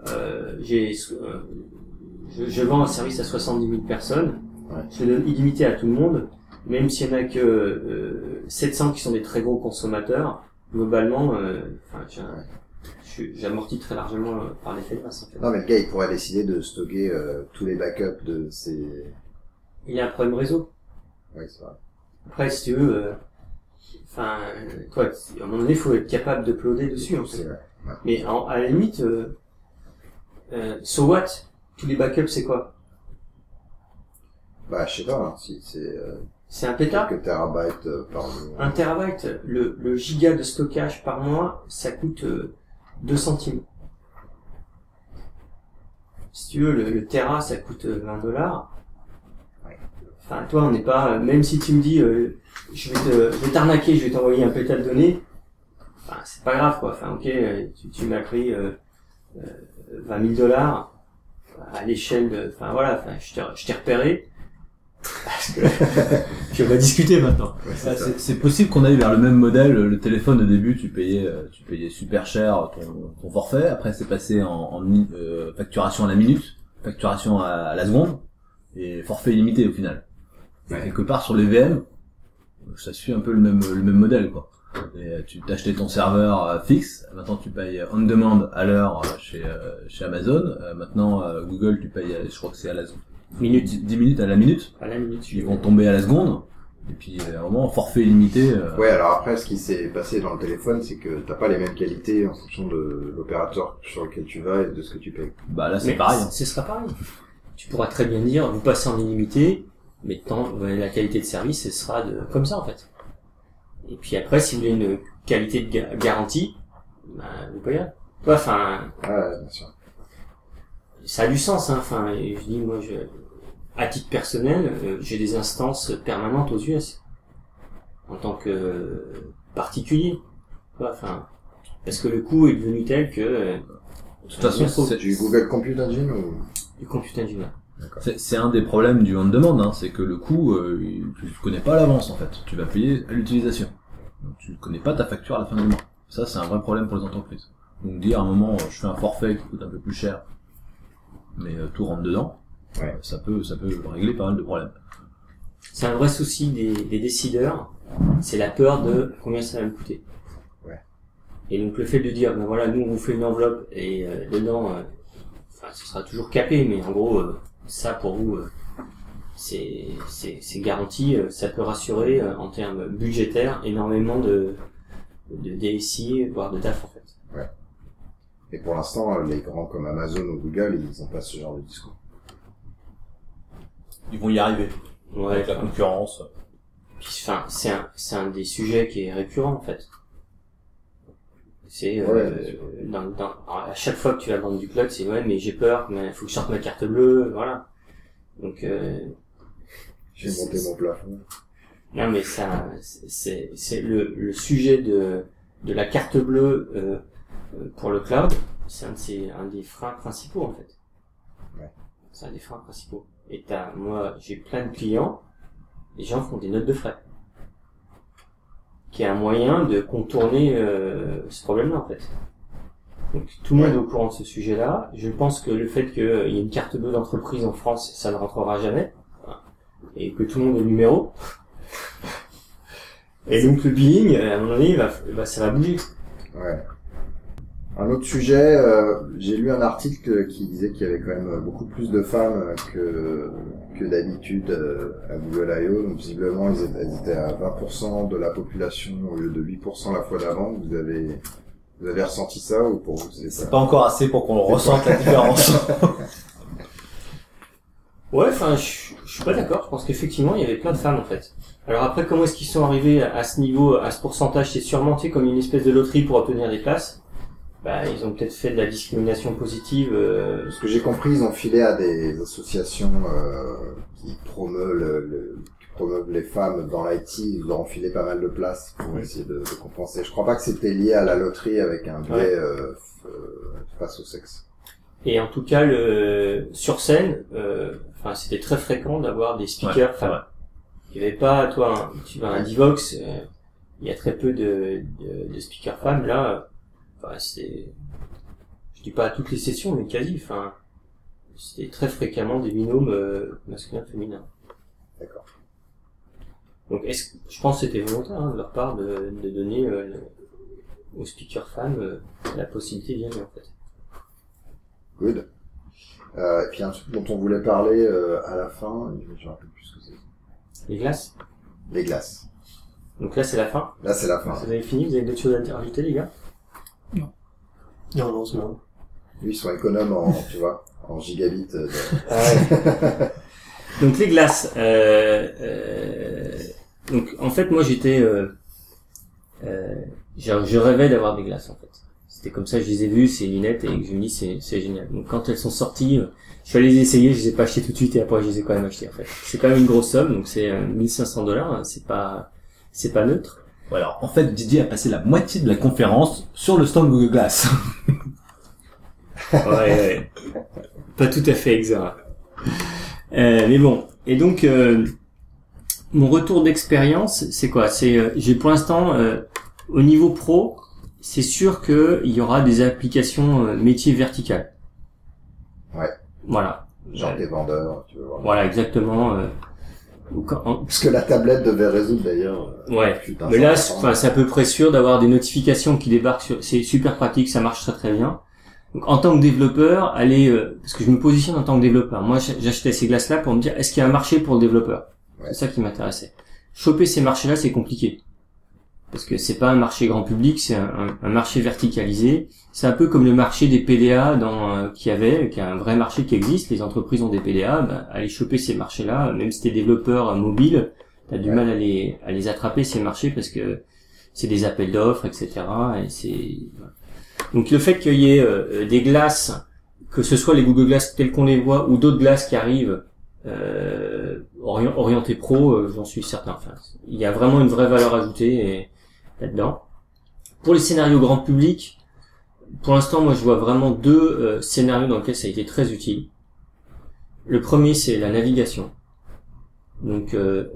je vends un service à 70 000 personnes, je le donne illimité à tout le monde, même s'il y en a que 700 qui sont des très gros consommateurs, globalement, j'amortis très largement par l'effet de masse, en fait. Non, mais le gars, il pourrait décider de stocker tous les backups de ses... Il y a un problème réseau. Oui, c'est vrai. Après, si tu veux, à un moment donné, il faut être capable de uploader dessus, en fait. C'est vrai. Ouais. Mais à la limite, so what? Tous les backups, c'est quoi? Bah, je sais pas, hein, si C'est un pétard? quelques terabytes par jour. 1 terabyte, le giga de stockage par mois, ça coûte 2 centimes. Si tu veux, le tera, ça coûte $20. Enfin, toi, on n'est pas, même si tu me dis, je vais t'arnaquer, je vais t'envoyer un pétard de données, enfin, c'est pas grave, quoi. Enfin, ok, tu m'as pris, $20,000 à l'échelle de, enfin, voilà, enfin, je t'ai repéré. Parce que, puis on va discuter maintenant. Ouais, C'est possible qu'on aille vers le même modèle. Le téléphone, au début, tu payais super cher ton forfait. Après, c'est passé en facturation à la minute, facturation à la seconde, et forfait illimité au final. Et quelque part sur les VM, ça suit un peu le même modèle, quoi. Et tu t'achetais ton serveur fixe. Maintenant, tu payes on demand à l'heure chez Amazon. Maintenant, Google, tu payes, je crois que c'est à la 10 minutes à la minute. À la minute. Ils vont tomber à la seconde. Et puis, à un moment, forfait illimité. Ouais, alors après, ce qui s'est passé dans le téléphone, c'est que t'as pas les mêmes qualités en fonction de l'opérateur sur lequel tu vas et de ce que tu payes. Bah là, c'est pareil. Ce sera pareil. Tu pourras très bien dire, vous passez en illimité, mais la qualité de service, ce sera comme ça, en fait. Et puis après, si vous voulez une qualité de garantie, bah, vous payez. Ouais, enfin. Ouais, bien sûr. Ça a du sens, hein. Enfin, je dis, moi, à titre personnel, j'ai des instances permanentes aux US. En tant que particulier. Ouais, enfin. Parce que le coût est devenu tel que, de toute façon, c'est du Google Compute Engine ou? Du Compute Engine. C'est un des problèmes du on-demand, hein, c'est que le coût, tu le connais pas à l'avance, en fait. Tu vas payer à l'utilisation. Donc, tu ne connais pas ta facture à la fin du mois. Ça, c'est un vrai problème pour les entreprises. Donc, dire à un moment, je fais un forfait qui coûte un peu plus cher, mais tout rentre dedans, ouais. ça peut régler pas mal de problèmes. C'est un vrai souci des décideurs, c'est la peur de combien ça va me coûter. Ouais. Et donc, le fait de dire, ben voilà, nous, on vous fait une enveloppe, et dedans, ce sera toujours capé, mais en gros, ça pour vous, c'est garanti, ça peut rassurer en termes budgétaires énormément de DSI, voire de DAF en fait. Ouais. Et pour l'instant, les grands comme Amazon ou Google, ils ont pas ce genre de discours. Ils vont y arriver. Ouais, avec la concurrence. Puis, enfin, c'est un des sujets qui est récurrent en fait. C'est à chaque fois que tu vas vendre du cloud, c'est ouais, mais j'ai peur, mais il faut que je sorte ma carte bleue, voilà. Donc j'ai monté mon plafond. Non, mais ça, c'est le sujet de la carte bleue pour le cloud, c'est un des freins principaux en fait. Ouais. C'est un des freins principaux. Et moi, j'ai plein de clients, les gens font des notes de frais, qui est un moyen de contourner ce problème-là en fait. Donc tout le monde est au courant de ce sujet-là. Je pense que le fait qu'il y ait une carte bleue d'entreprise en France, ça ne rentrera jamais, et que tout le monde ait le numéro. Et donc le billing, à un moment donné, ça va bouger. Ouais. Un autre sujet, j'ai lu un article qui disait qu'il y avait quand même beaucoup plus de femmes que d'habitude à Google I.O. Donc visiblement, elles étaient à 20% de la population au lieu de 8% la fois d'avant. Vous avez ressenti ça ou pour vous c'est pas encore assez pour qu'on ressente la différence. Ouais, enfin, je Je suis pas d'accord. Je pense qu'effectivement, il y avait plein de femmes, en fait. Alors après, comment est-ce qu'ils sont arrivés à ce niveau, à ce pourcentage? C'est sûrement, tu sais, comme une espèce de loterie pour obtenir des places. Bah, ils ont peut-être fait de la discrimination positive. Ce que j'ai compris, ils ont filé à des associations qui promeuvent les femmes dans l'IT. Ils leur ont filé pas mal de places pour essayer de compenser. Je crois pas que c'était lié à la loterie avec un biais face au sexe. Et en tout cas, sur scène, c'était très fréquent d'avoir des speakers femmes. Il y avait pas, toi, tu vas à un Divox, il y a très peu de speakers femmes. Là, je dis pas à toutes les sessions, mais quasi. C'était très fréquemment des binômes masculins-féminins. D'accord. Donc, je pense que c'était volontaire de leur part de donner aux speakers femmes la possibilité d'y aller, en fait. Good. Et puis un truc dont on voulait parler à la fin, je me rappelle plus ce que c'est. Les glaces. Les glaces. Donc là, c'est la fin. Là, c'est la fin. Vous avez fini? Vous avez d'autres choses à rajouter, les gars? Non, c'est bon. Lui, ils sont économes en gigabits. Donc les glaces. Donc en fait, moi j'étais, je rêvais d'avoir des glaces en fait. C'était comme ça, je les ai vues, ces lunettes, et je me dis c'est génial. Donc quand elles sont sorties, je suis allé les essayer, je les ai pas achetées tout de suite et après je les ai quand même achetées en fait. C'est quand même une grosse somme, donc c'est $1 500, c'est pas neutre. Alors en fait, Didier a passé la moitié de la conférence sur le stand Google Glass. Ouais. Pas tout à fait exact. Mais bon, et donc mon retour d'expérience, c'est quoi? J'ai pour l'instant au niveau pro, c'est sûr que il y aura des applications métiers verticales. Ouais. Voilà. Genre des vendeurs, tu veux voir. Voilà, exactement. Parce que la tablette devait résoudre d'ailleurs. Ouais. Mais là, c'est à peu près sûr d'avoir des notifications qui débarquent c'est super pratique, ça marche très très bien. Donc, en tant que développeur, parce que je me positionne en tant que développeur. Moi, j'achetais ces glaces-là pour me dire, est-ce qu'il y a un marché pour le développeur? Ouais. C'est ça qui m'intéressait. Choper ces marchés-là, c'est compliqué. Parce que c'est pas un marché grand public, c'est un marché verticalisé. C'est un peu comme le marché des PDA qui est un vrai marché qui existe. Les entreprises ont des PDA, aller choper ces marchés-là, même si t'es développeur mobile, t'as du mal à les attraper, ces marchés, parce que c'est des appels d'offres, etc. Et donc le fait qu'il y ait des glaces, que ce soit les Google Glass tels qu'on les voit, ou d'autres glaces qui arrivent, orientées pro, j'en suis certain. Il y a vraiment une vraie valeur ajoutée là-dedans. Pour les scénarios grand public, pour l'instant, moi je vois vraiment deux scénarios dans lesquels ça a été très utile. Le premier, c'est la navigation. Donc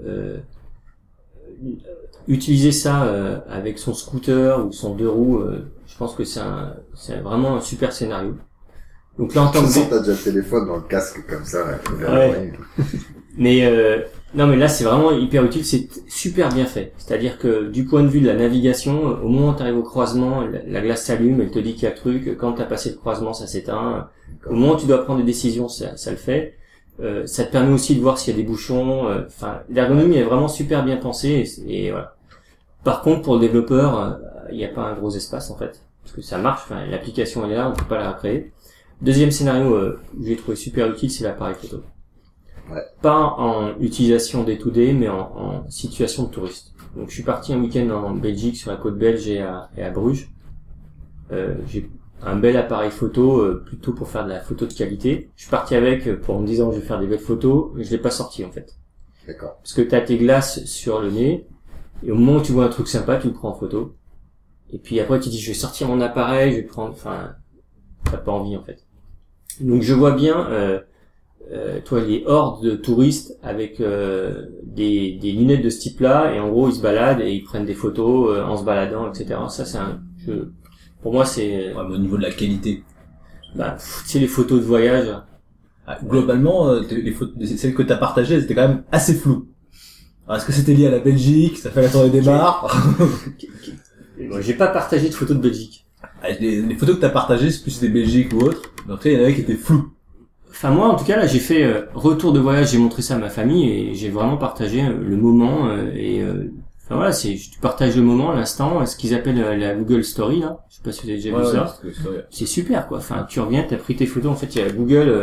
utiliser ça avec son scooter ou son 2 roues, je pense que c'est vraiment un super scénario. Donc là, en tant que t'as déjà le téléphone dans le casque comme ça. Ouais. Mais non, mais là c'est vraiment hyper utile, c'est super bien fait. C'est-à-dire que du point de vue de la navigation, au moment où tu arrives au croisement, la glace s'allume, elle te dit qu'il y a le truc. Quand tu as passé le croisement, ça s'éteint. Au moment où tu dois prendre des décisions, ça le fait. Ça te permet aussi de voir s'il y a des bouchons. L'ergonomie est vraiment super bien pensée. Et voilà. Par contre, pour le développeur, il n'y a pas un gros espace en fait, parce que ça marche. L'application elle est là, on peut pas la recréer. Deuxième scénario que j'ai trouvé super utile, c'est l'appareil photo. Ouais. Pas en utilisation day-to-day, mais en situation de touriste. Donc je suis parti un week-end en Belgique, sur la côte belge et à Bruges. J'ai un bel appareil photo, plutôt pour faire de la photo de qualité. Je suis parti avec pour me disant je vais faire des belles photos, mais je l'ai pas sorti en fait. D'accord. Parce que t'as tes glaces sur le nez, et au moment où tu vois un truc sympa, tu le prends en photo. Et puis après tu dis je vais sortir mon appareil, je vais prendre, t'as pas envie en fait. Donc je vois bien les hordes de touristes avec des lunettes de ce type-là, et en gros ils se baladent et ils prennent des photos en se baladant, etc. Ça c'est pour moi c'est mais au niveau de la qualité. Tu sais, les photos de voyage. Globalement, celles que t'as partagées, elles étaient quand même assez floues. Alors, est-ce que c'était lié à la Belgique? Ça fait la tournée des bars? J'ai pas partagé de photos de Belgique. Les photos que t'as partagées, c'est plus des Belgiques ou autres. Donc, il y en avait qui étaient floues. Moi, en tout cas, là, j'ai fait retour de voyage, j'ai montré ça à ma famille et j'ai vraiment partagé le moment tu partages le moment, l'instant, ce qu'ils appellent la Google Story, là. Je sais pas si vous avez déjà vu ça. C'est super, quoi. Tu reviens, t'as pris tes photos. En fait, il y a Google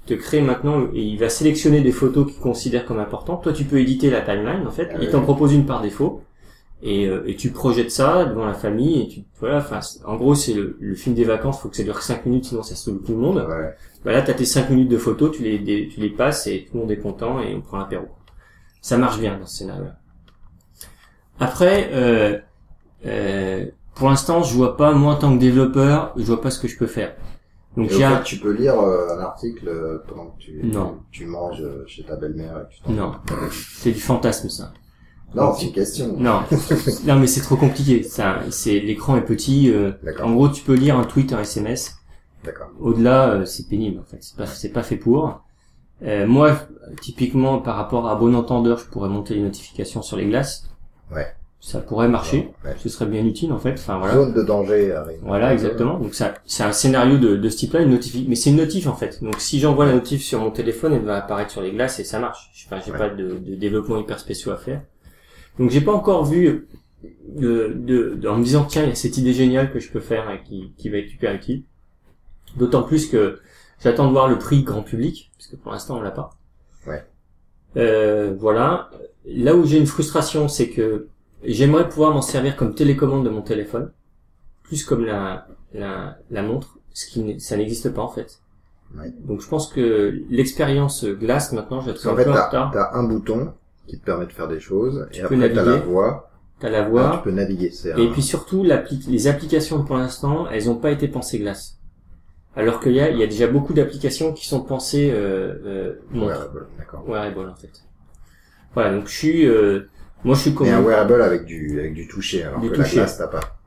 te crée maintenant, et il va sélectionner des photos qu'il considère comme importantes. Toi, tu peux éditer la timeline, en fait. Il t'en propose une par défaut. Et tu projettes ça devant la famille, et voilà, enfin, en gros, c'est le film des vacances, faut que ça dure 5 minutes, sinon ça se loupe tout le monde. Ouais. Bah là, t'as tes 5 minutes de photos, tu les passes, et tout le monde est content, et on prend l'apéro. Ça marche bien dans ce scénario-là. Après, pour l'instant, je vois pas, moi en tant que développeur, je vois pas ce que je peux faire. Donc tu peux lire un article pendant que tu manges chez ta belle-mère et que tu t'en... Non, c'est du fantasme ça. Non, c'est une question. Non, non, mais c'est trop compliqué. Ça, l'écran est petit. En gros, tu peux lire un tweet, un SMS. D'accord. Au-delà, c'est pénible en fait. C'est pas fait pour. Moi, typiquement, par rapport à bon entendeur, je pourrais monter les notifications sur les glaces. Ouais. Ça pourrait marcher. Ouais. Ce serait bien utile en fait. Enfin voilà. Zone de danger arrive. Voilà, exactement. Donc ça, c'est un scénario de ce type-là, mais c'est une notif en fait. Donc si j'envoie la notif sur mon téléphone, elle va apparaître sur les glaces et ça marche. Enfin, j'ai pas de développement hyper spéciaux à faire. Donc j'ai pas encore vu en me disant tiens, il y a cette idée géniale que je peux faire et qui va être super utile. D'autant plus que j'attends de voir le prix grand public, parce que pour l'instant on l'a pas. Ouais. Voilà. Là où j'ai une frustration, c'est que j'aimerais pouvoir m'en servir comme télécommande de mon téléphone, plus comme la montre, ça n'existe pas en fait. Ouais. Donc je pense que l'expérience glace maintenant, je la trouve en un fait, peu en retard. t'as un bouton qui te permet de faire des choses, Tu et peux après naviguer. t'as la voix. Tu peux naviguer. Et puis surtout, les applications pour l'instant, elles ont pas été pensées glace. Alors qu'il y a déjà beaucoup d'applications qui sont pensées montre. Wearable, d'accord. Wearable en fait. Voilà, donc moi je suis comme... Mais un wearable avec du toucher, alors Du que toucher. la glace t'as pas.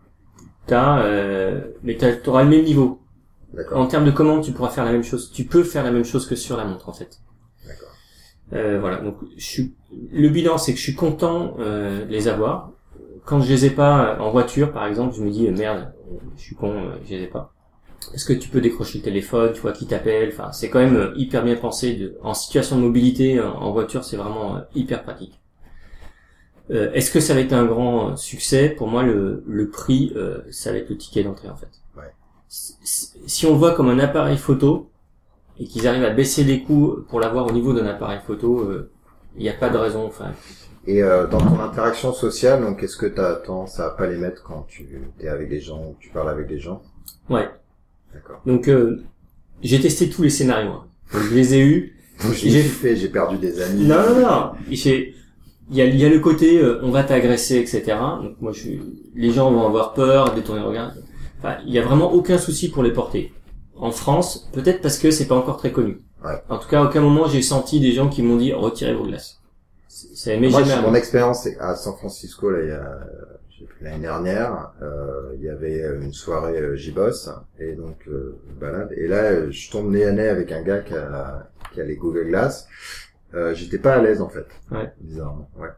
Mais t'auras le même niveau. D'accord. En termes de commande, tu pourras faire la même chose. Tu peux faire la même chose que sur la montre en fait. D'accord. Voilà, donc le bilan c'est que je suis content de les avoir. Quand je les ai pas en voiture par exemple, je me dis merde, je suis con, je les ai pas. Parce que tu peux décrocher le téléphone, tu vois qui t'appelle, enfin c'est quand même hyper bien pensé. En situation de mobilité, en voiture, c'est vraiment hyper pratique. Est-ce que ça va être un grand succès? Pour moi, le prix, ça va être le ticket d'entrée en fait. Ouais. Si on le voit comme un appareil photo et qu'ils arrivent à baisser les coûts pour l'avoir au niveau d'un appareil photo, il n'y a pas de raison. Enfin. Et dans ton interaction sociale, donc est-ce que t'as tendance à pas les mettre quand tu es avec des gens ou tu parles avec des gens? Ouais. D'accord. Donc j'ai testé tous les scénarios. Hein. Donc, je les ai eus. J'ai perdu des amis. Non. Il y a le côté on va t'agresser, etc. Donc moi les gens vont avoir peur, détourner le regard. Enfin, il y a vraiment aucun souci pour les porter. En France, peut-être parce que c'est pas encore très connu. Ouais. En tout cas, à aucun moment j'ai senti des gens qui m'ont dit retirez vos glaces. Moi, mon expérience à San Francisco là, l'année dernière, il y avait une soirée J-Boss et donc balade. Et là, je tombe nez à nez avec un gars qui a les Google Glass. J'étais pas à l'aise en fait. Ouais. Bizarrement. Ouais.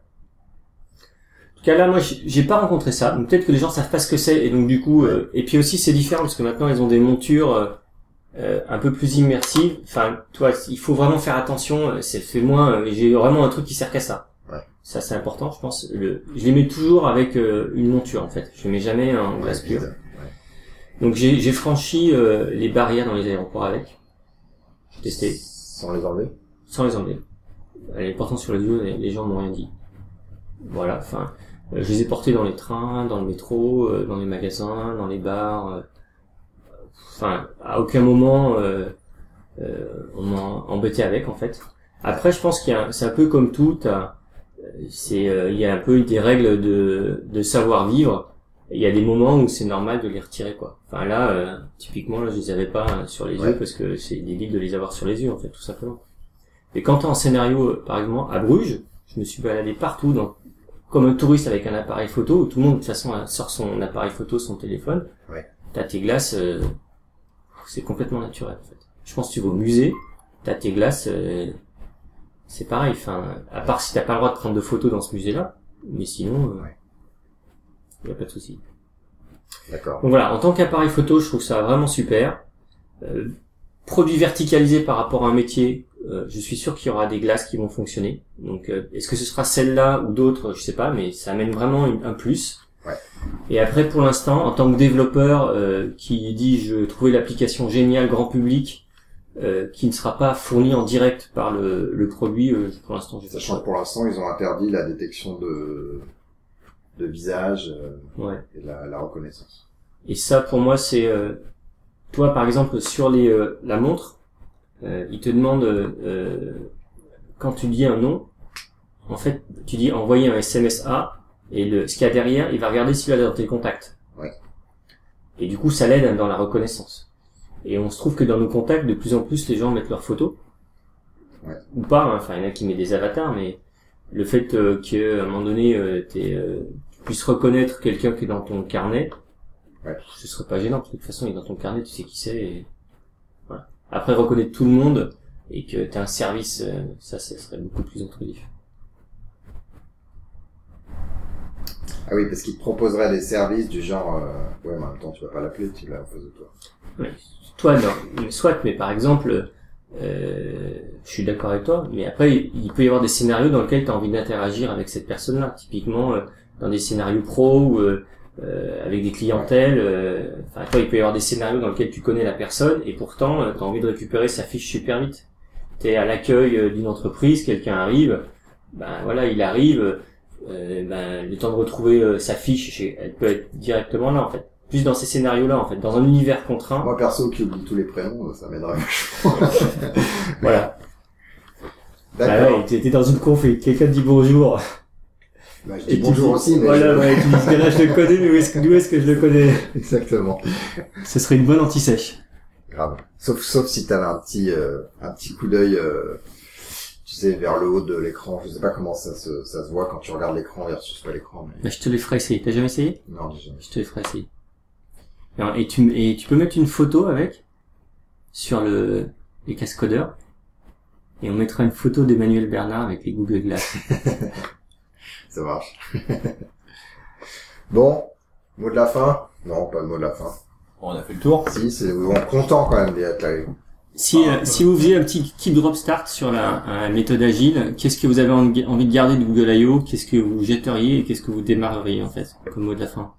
En tout cas là, moi, j'ai pas rencontré ça. Donc peut-être que les gens savent pas ce que c'est et donc du coup, et puis aussi c'est différent parce que maintenant ils ont des montures un peu plus immersives. Enfin, toi, il faut vraiment faire attention. J'ai vraiment un truc qui sert qu'à ça. Ouais. Ça c'est important, je pense. Je les mets toujours avec une monture en fait. Je les mets jamais en glace pure. Ouais. Donc j'ai franchi les barrières dans les aéroports avec. J'ai testé. Sans les enlever. Sans les enlever. Elle est portant sur les yeux, les gens m'ont rien dit. Voilà, enfin, je les ai portés dans les trains, dans le métro, dans les magasins, dans les bars. Enfin, à aucun moment on m'a embêté avec en fait. Après, je pense c'est un peu comme tout. Il y a un peu des règles de savoir vivre. Il y a des moments où c'est normal de les retirer quoi. Enfin là, typiquement là, je les avais pas sur les yeux parce que c'est débile de les avoir sur les yeux en fait, tout simplement. Et quand t'es en scénario, par exemple, à Bruges, je me suis baladé partout comme un touriste avec un appareil photo, où tout le monde, de toute façon, sort son appareil photo, son téléphone. Ouais. T'as tes glaces, c'est complètement naturel, en fait. Je pense que tu vas au musée, t'as tes glaces, c'est pareil, enfin, à part si t'as pas le droit de prendre de photos dans ce musée-là, mais sinon, y a pas de souci. D'accord. Donc voilà, en tant qu'appareil photo, je trouve ça vraiment super. Produit verticalisé par rapport à un métier, je suis sûr qu'il y aura des glaces qui vont fonctionner. Donc, est-ce que ce sera celle-là ou d'autres, je sais pas, mais ça amène vraiment un plus. Ouais. Et après, pour l'instant, en tant que développeur qui dit je trouvais l'application géniale grand public, qui ne sera pas fourni en direct par le produit. Pour l'instant, sachant que pour l'instant, ils ont interdit la détection de visage et la reconnaissance. Et ça, pour moi, c'est toi, par exemple, sur la montre, il te demande quand tu dis un nom, en fait, tu dis envoyer un SMS A et ce qu'il y a derrière, il va regarder s'il a dans tes contacts. Ouais. Et du coup, ça l'aide dans la reconnaissance. Et on se trouve que dans nos contacts, de plus en plus, les gens mettent leurs photos. Ouais. Ou pas, hein. Enfin, il y en a qui mettent des avatars, mais le fait qu'à un moment donné, tu puisses reconnaître quelqu'un qui est dans ton carnet, ce serait pas gênant, parce que de toute façon, il est dans ton carnet, tu sais qui c'est, et voilà. Après, reconnaître tout le monde, et que t'as un service, ça serait beaucoup plus intrusif. Ah oui, parce qu'il te proposerait des services du genre, ouais, mais en même temps, tu vas pas l'appeler, tu l'as en face de toi. Ouais. Toi, non, soit, mais par exemple, je suis d'accord avec toi, mais après, il peut y avoir des scénarios dans lesquels tu as envie d'interagir avec cette personne-là. Typiquement, dans des scénarios pro ou avec des clientèles. Enfin, toi, il peut y avoir des scénarios dans lesquels tu connais la personne et pourtant, tu as envie de récupérer sa fiche super vite. Tu es à l'accueil d'une entreprise, quelqu'un arrive, ben voilà, il arrive, le temps de retrouver sa fiche, elle peut être directement là, en fait. Plus dans ces scénarios-là, en fait, dans un univers contraint. Moi, perso, qui oublie tous les prénoms, ça m'aiderait vachement. Voilà. D'accord. Bah ouais, t'es dans une conf et quelqu'un te dit bonjour. Bah, je dis bonjour aussi, mais... Voilà, ouais, tu dis que là, je le connais, mais d'où est-ce que je le connais? Exactement. Ce serait une bonne anti-sèche. Grave. Sauf si t'avais un petit coup d'œil, tu sais, vers le haut de l'écran. Je sais pas comment ça se voit quand tu regardes l'écran versus pas l'écran, mais... Bah, je te les ferai essayer. T'as jamais essayé? Non, j'ai jamais. Je te les ferai essayer. Et tu peux mettre une photo avec, sur les cascodeurs, et on mettra une photo d'Emmanuel Bernard avec les Google Glass. Ça marche. Bon, mot de la fin? Non, pas de mot de la fin. On a fait le tour. Si, c'est content quand même d'être là. Si vous faisiez un petit keep drop start sur la méthode agile, qu'est-ce que vous avez envie de garder de Google I.O., qu'est-ce que vous jetteriez et qu'est-ce que vous démarreriez en fait, comme mot de la fin?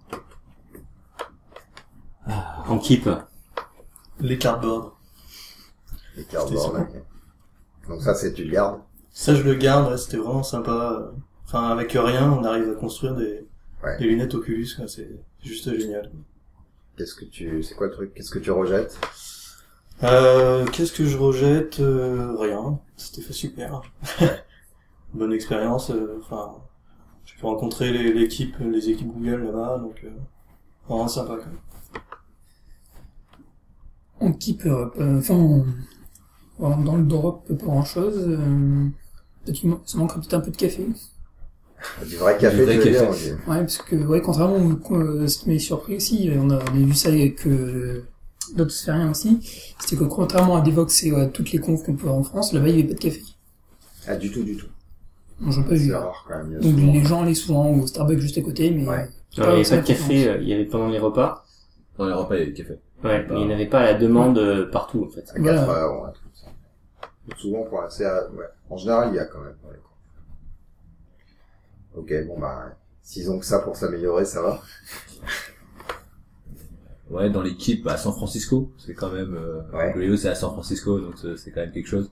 En keep. Les cardboards. Les cardboards, là. Donc ça, tu le gardes? Ça, je le garde, ouais, c'était vraiment sympa. Enfin, avec rien, on arrive à construire des lunettes Oculus, quoi. C'est juste génial. C'est quoi le truc? Qu'est-ce que tu rejettes? Qu'est-ce que je rejette? Rien. C'était fait super. Bonne expérience. Enfin, j'ai pu rencontrer les équipes Google là-bas, donc vraiment sympa quand même. On keep, dans le drop, pas grand chose. Ça manquerait peut-être un peu de café. Du vrai café, tu veux dire? Ouais, parce que, contrairement ce qui m'a surpris aussi, on a vu ça avec d'autres sphériens aussi, c'était que contrairement à Devox et à toutes les confs qu'on peut avoir en France, là-bas il n'y avait pas de café. Ah, du tout. Bon, j'ai pas vu. C'est rare quand même. Donc les gens allaient souvent au Starbucks juste à côté, mais... Ouais. Non, il n'y avait pas de café, il y avait pendant les repas. Dans les repas, il y avait du café. Ouais, mais il n'y avait pas la demande partout, en fait. À 4 heures, un truc comme ça. Donc, souvent, en général, il y a quand même. Ok, bon bah, s'ils ont que ça pour s'améliorer, ça va. Ouais, dans l'équipe à San Francisco, c'est quand même... Goleo, c'est à San Francisco, donc c'est quand même quelque chose.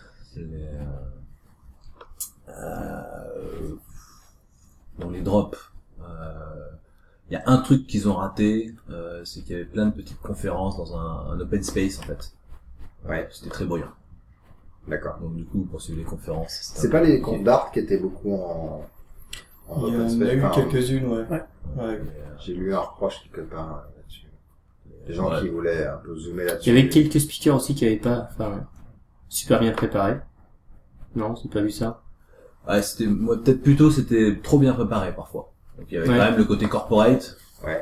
Dans les drops, il y a un truc qu'ils ont raté, c'est qu'il y avait plein de petites conférences dans un open space, en fait. Ouais. C'était très bruyant. D'accord. Donc du coup, pour suivre les conférences... C'est pas les comptes d'art qui étaient beaucoup en il y en a eu quelques-unes, ouais. J'ai lu un reproche quelque part là-dessus. Des gens qui voulaient un peu zoomer là-dessus. Il y avait quelques speakers aussi qui avaient pas, super bien préparé. Non, j'ai pas vu ça. Ouais, peut-être plutôt c'était trop bien préparé parfois. Donc il y avait quand même le côté corporate. Ouais.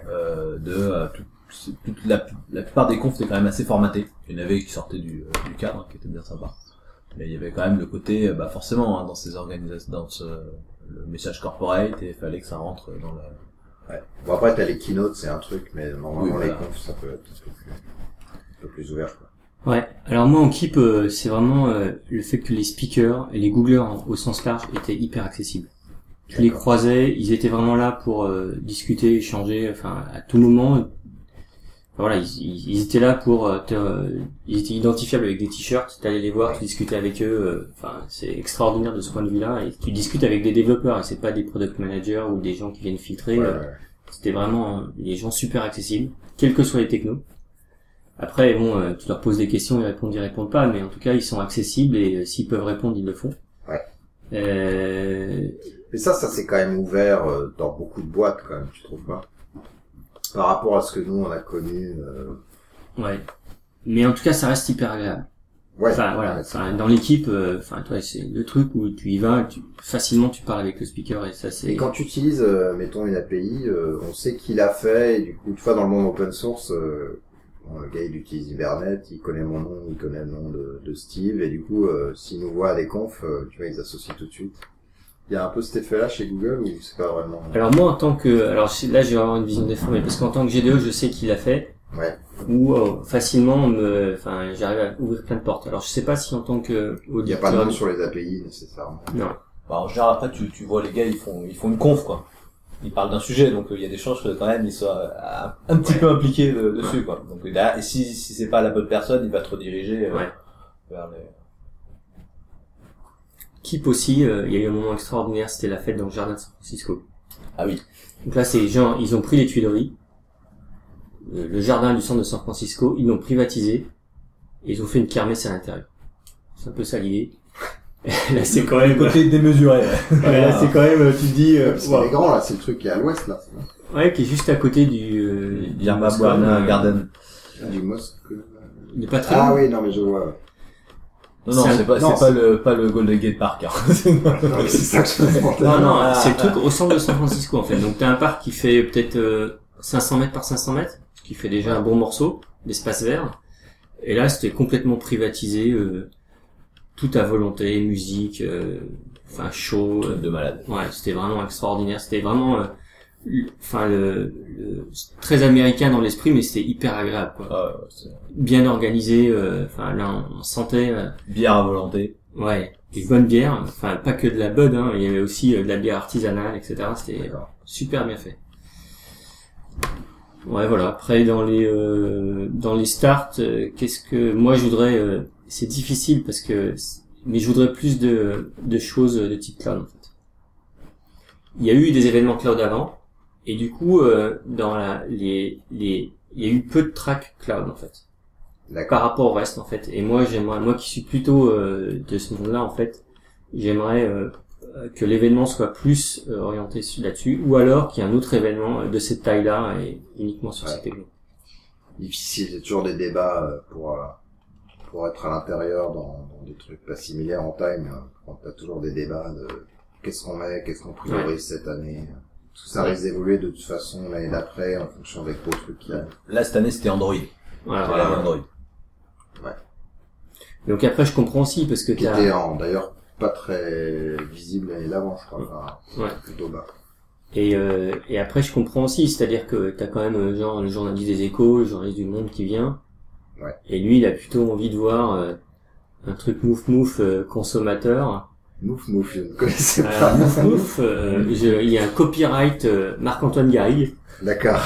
La plupart des confs étaient quand même assez formatés. Il y en avait qui sortaient du cadre, qui était bien sympa. Mais il y avait quand même le côté, forcément, dans ces organisations, le message corporate, et il fallait que ça rentre dans la... Ouais. Bon, après, t'as les keynotes, c'est un truc, mais normalement, voilà. les confs, ça peut être un peu plus ouvert, quoi. Ouais. Alors moi, en keep, c'est vraiment le fait que les speakers et les googlers au sens large étaient hyper accessibles. Tu les croisais, ils étaient vraiment là pour discuter, échanger, à tout moment. voilà, ils étaient là pour ils étaient identifiables avec des t-shirts, t'allais les voir, tu discutais avec eux, enfin c'est extraordinaire de ce point de vue-là, et tu discutes avec des développeurs, et c'est pas des product managers ou des gens qui viennent filtrer, c'était vraiment des gens super accessibles, quels que soient les technos. Après bon, tu leur poses des questions, ils répondent pas, mais en tout cas ils sont accessibles, et s'ils peuvent répondre, ils le font. Mais ça c'est quand même ouvert dans beaucoup de boîtes quand même, tu trouves pas? Par rapport à ce que nous on a connu. Ouais. Mais en tout cas, ça reste hyper agréable. Ouais. Enfin voilà. Enfin, dans l'équipe, enfin toi, c'est le truc où tu y vas, facilement tu parles avec le speaker et ça c'est. Et quand tu utilises, mettons une API, on sait qui l'a fait et du coup, tu vois, dans le monde open source, le gars il utilise Hibernate, il connaît mon nom, il connaît le nom de Steve et du coup, s'il nous voit à des confs, tu vois, ils associent tout de suite. Il y a un peu cet effet-là chez Google ou c'est pas vraiment... Alors moi en tant que... Alors là je vais avoir une vision déformée parce qu'en tant que GDE je sais qui l'a fait. Ouais. Ou facilement enfin j'arrive à ouvrir plein de portes. Alors je sais pas si en tant que auditeur... Il n'y a pas de nom sur les API nécessairement. Non. Bah, en général après tu vois les gars ils font une conf quoi. Ils parlent d'un sujet donc il y a des chances que quand même ils soient un petit peu impliqués dessus quoi. Donc là, et si c'est pas la bonne personne, il va te rediriger vers les... Keep aussi, il y a eu un moment extraordinaire, c'était la fête dans le jardin de San Francisco. Ah oui. Donc là, c'est genre, ils ont pris les Tuileries, le jardin du centre de San Francisco, ils l'ont privatisé, et ils ont fait une kermesse à l'intérieur. C'est un peu ça l'idée. Là, c'est quand même... côté démesuré. Ouais, là, c'est quand même, tu te dis... c'est les grands, là, c'est le truc qui est à l'ouest, là. Ouais, qui est juste à côté du Yerba Buena Garden. Du mosque. Il est pas très Ah loin. oui, non, mais je vois. Non, c'est pas le Golden Gate Park. Hein. Non, c'est ça que je me demandais. Non, c'est le truc au centre de San Francisco, en fait. Donc, t'as un parc qui fait peut-être 500 mètres par 500 mètres, ce qui fait déjà un bon morceau d'espace vert. Et là, c'était complètement privatisé, tout à volonté, musique, enfin, show. De malade. Ouais, c'était vraiment extraordinaire. C'était vraiment, très américain dans l'esprit, mais c'était hyper agréable, quoi. Bien organisé, enfin, là, on sentait... bière à volonté. Ouais, des bonnes bières, enfin pas que de la Bud, hein, il y avait aussi de la bière artisanale, etc. C'était super bien fait. Ouais, voilà. Après dans les starts, qu'est-ce que moi je voudrais, c'est difficile parce que, mais je voudrais plus de choses de type cloud en fait. Il y a eu des événements cloud avant et du coup dans il y a eu peu de tracks cloud en fait. Par rapport au reste en fait. Et moi qui suis plutôt de ce monde-là en fait, j'aimerais que l'événement soit plus orienté là-dessus, ou alors qu'il y ait un autre événement de cette taille-là et uniquement sur ces technos. Difficile, c'est toujours des débats pour être à l'intérieur dans des trucs pas similaires en taille, mais t'as toujours des débats de qu'est-ce qu'on priorise cette année. Tout ça risque d'évoluer de toute façon l'année d'après en fonction des gros trucs qu'il y a. Là cette année c'était Android. Voilà. Android. Ouais. Donc après je comprends aussi parce que qui était d'ailleurs pas très visible l'année d'avant, je crois. Ouais. Plutôt bas. Et après je comprends aussi, c'est-à-dire que t'as quand même genre le journaliste des Échos, le journaliste du Monde qui vient. Ouais. Et lui il a plutôt envie de voir un truc mouf consommateur. Mouf, je ne connaissais pas. Mouf, il y a un copyright Marc-Antoine Garrigue. D'accord.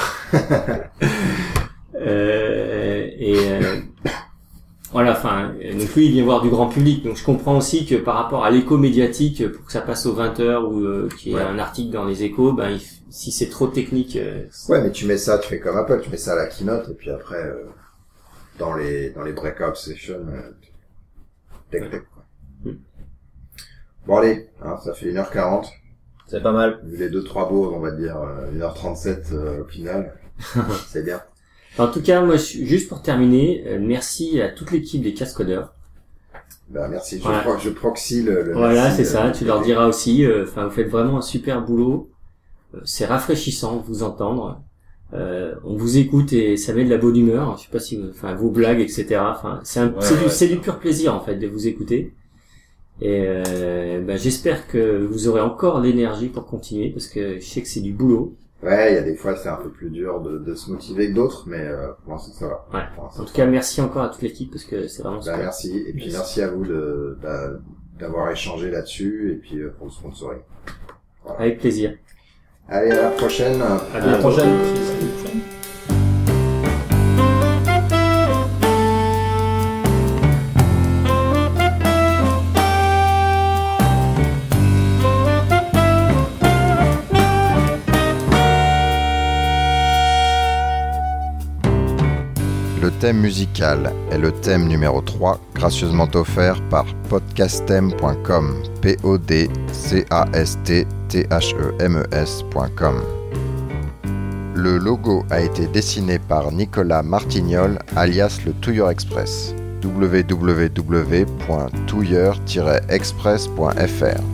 Voilà, enfin, donc lui il vient voir du grand public, donc je comprends aussi que par rapport à l'écho médiatique, pour que ça passe aux 20h ou qu'il y ait un article dans les Échos, ben si c'est trop technique... Ouais, mais tu fais comme Apple, tu mets ça à la keynote, et puis après, dans les breakout sessions, tech, quoi. Bon allez, hein, ça fait 1h40. C'est pas mal. Vu les 2-3 beaux, on va dire 1h37 au final. C'est bien. En tout cas, moi, juste pour terminer, merci à toute l'équipe des Cascodeurs. Ben merci, voilà. Je proxy le voilà, merci, c'est ça, tu leur diras aussi, enfin, vous faites vraiment un super boulot. C'est rafraîchissant de vous entendre. On vous écoute et ça met de la bonne humeur. Je sais pas si, enfin, vos blagues, etc. Enfin, c'est du pur plaisir, en fait, de vous écouter. Et j'espère que vous aurez encore l'énergie pour continuer, parce que je sais que c'est du boulot. Ouais, il y a des fois c'est un peu plus dur de se motiver que d'autres, mais pour l'instant ça va. Ouais. En tout cas, merci encore à toute l'équipe parce que c'est vraiment super. Merci, et puis merci à vous d'avoir échangé là-dessus et puis pour le sponsoring. Voilà. Avec plaisir. Allez, à la prochaine. À la prochaine. thème musical est le thème numéro 3, gracieusement offert par podcastem.com, podcastthemes.com. Le logo a été dessiné par Nicolas Martignol, alias le Touilleur Express, www.touilleur-express.fr.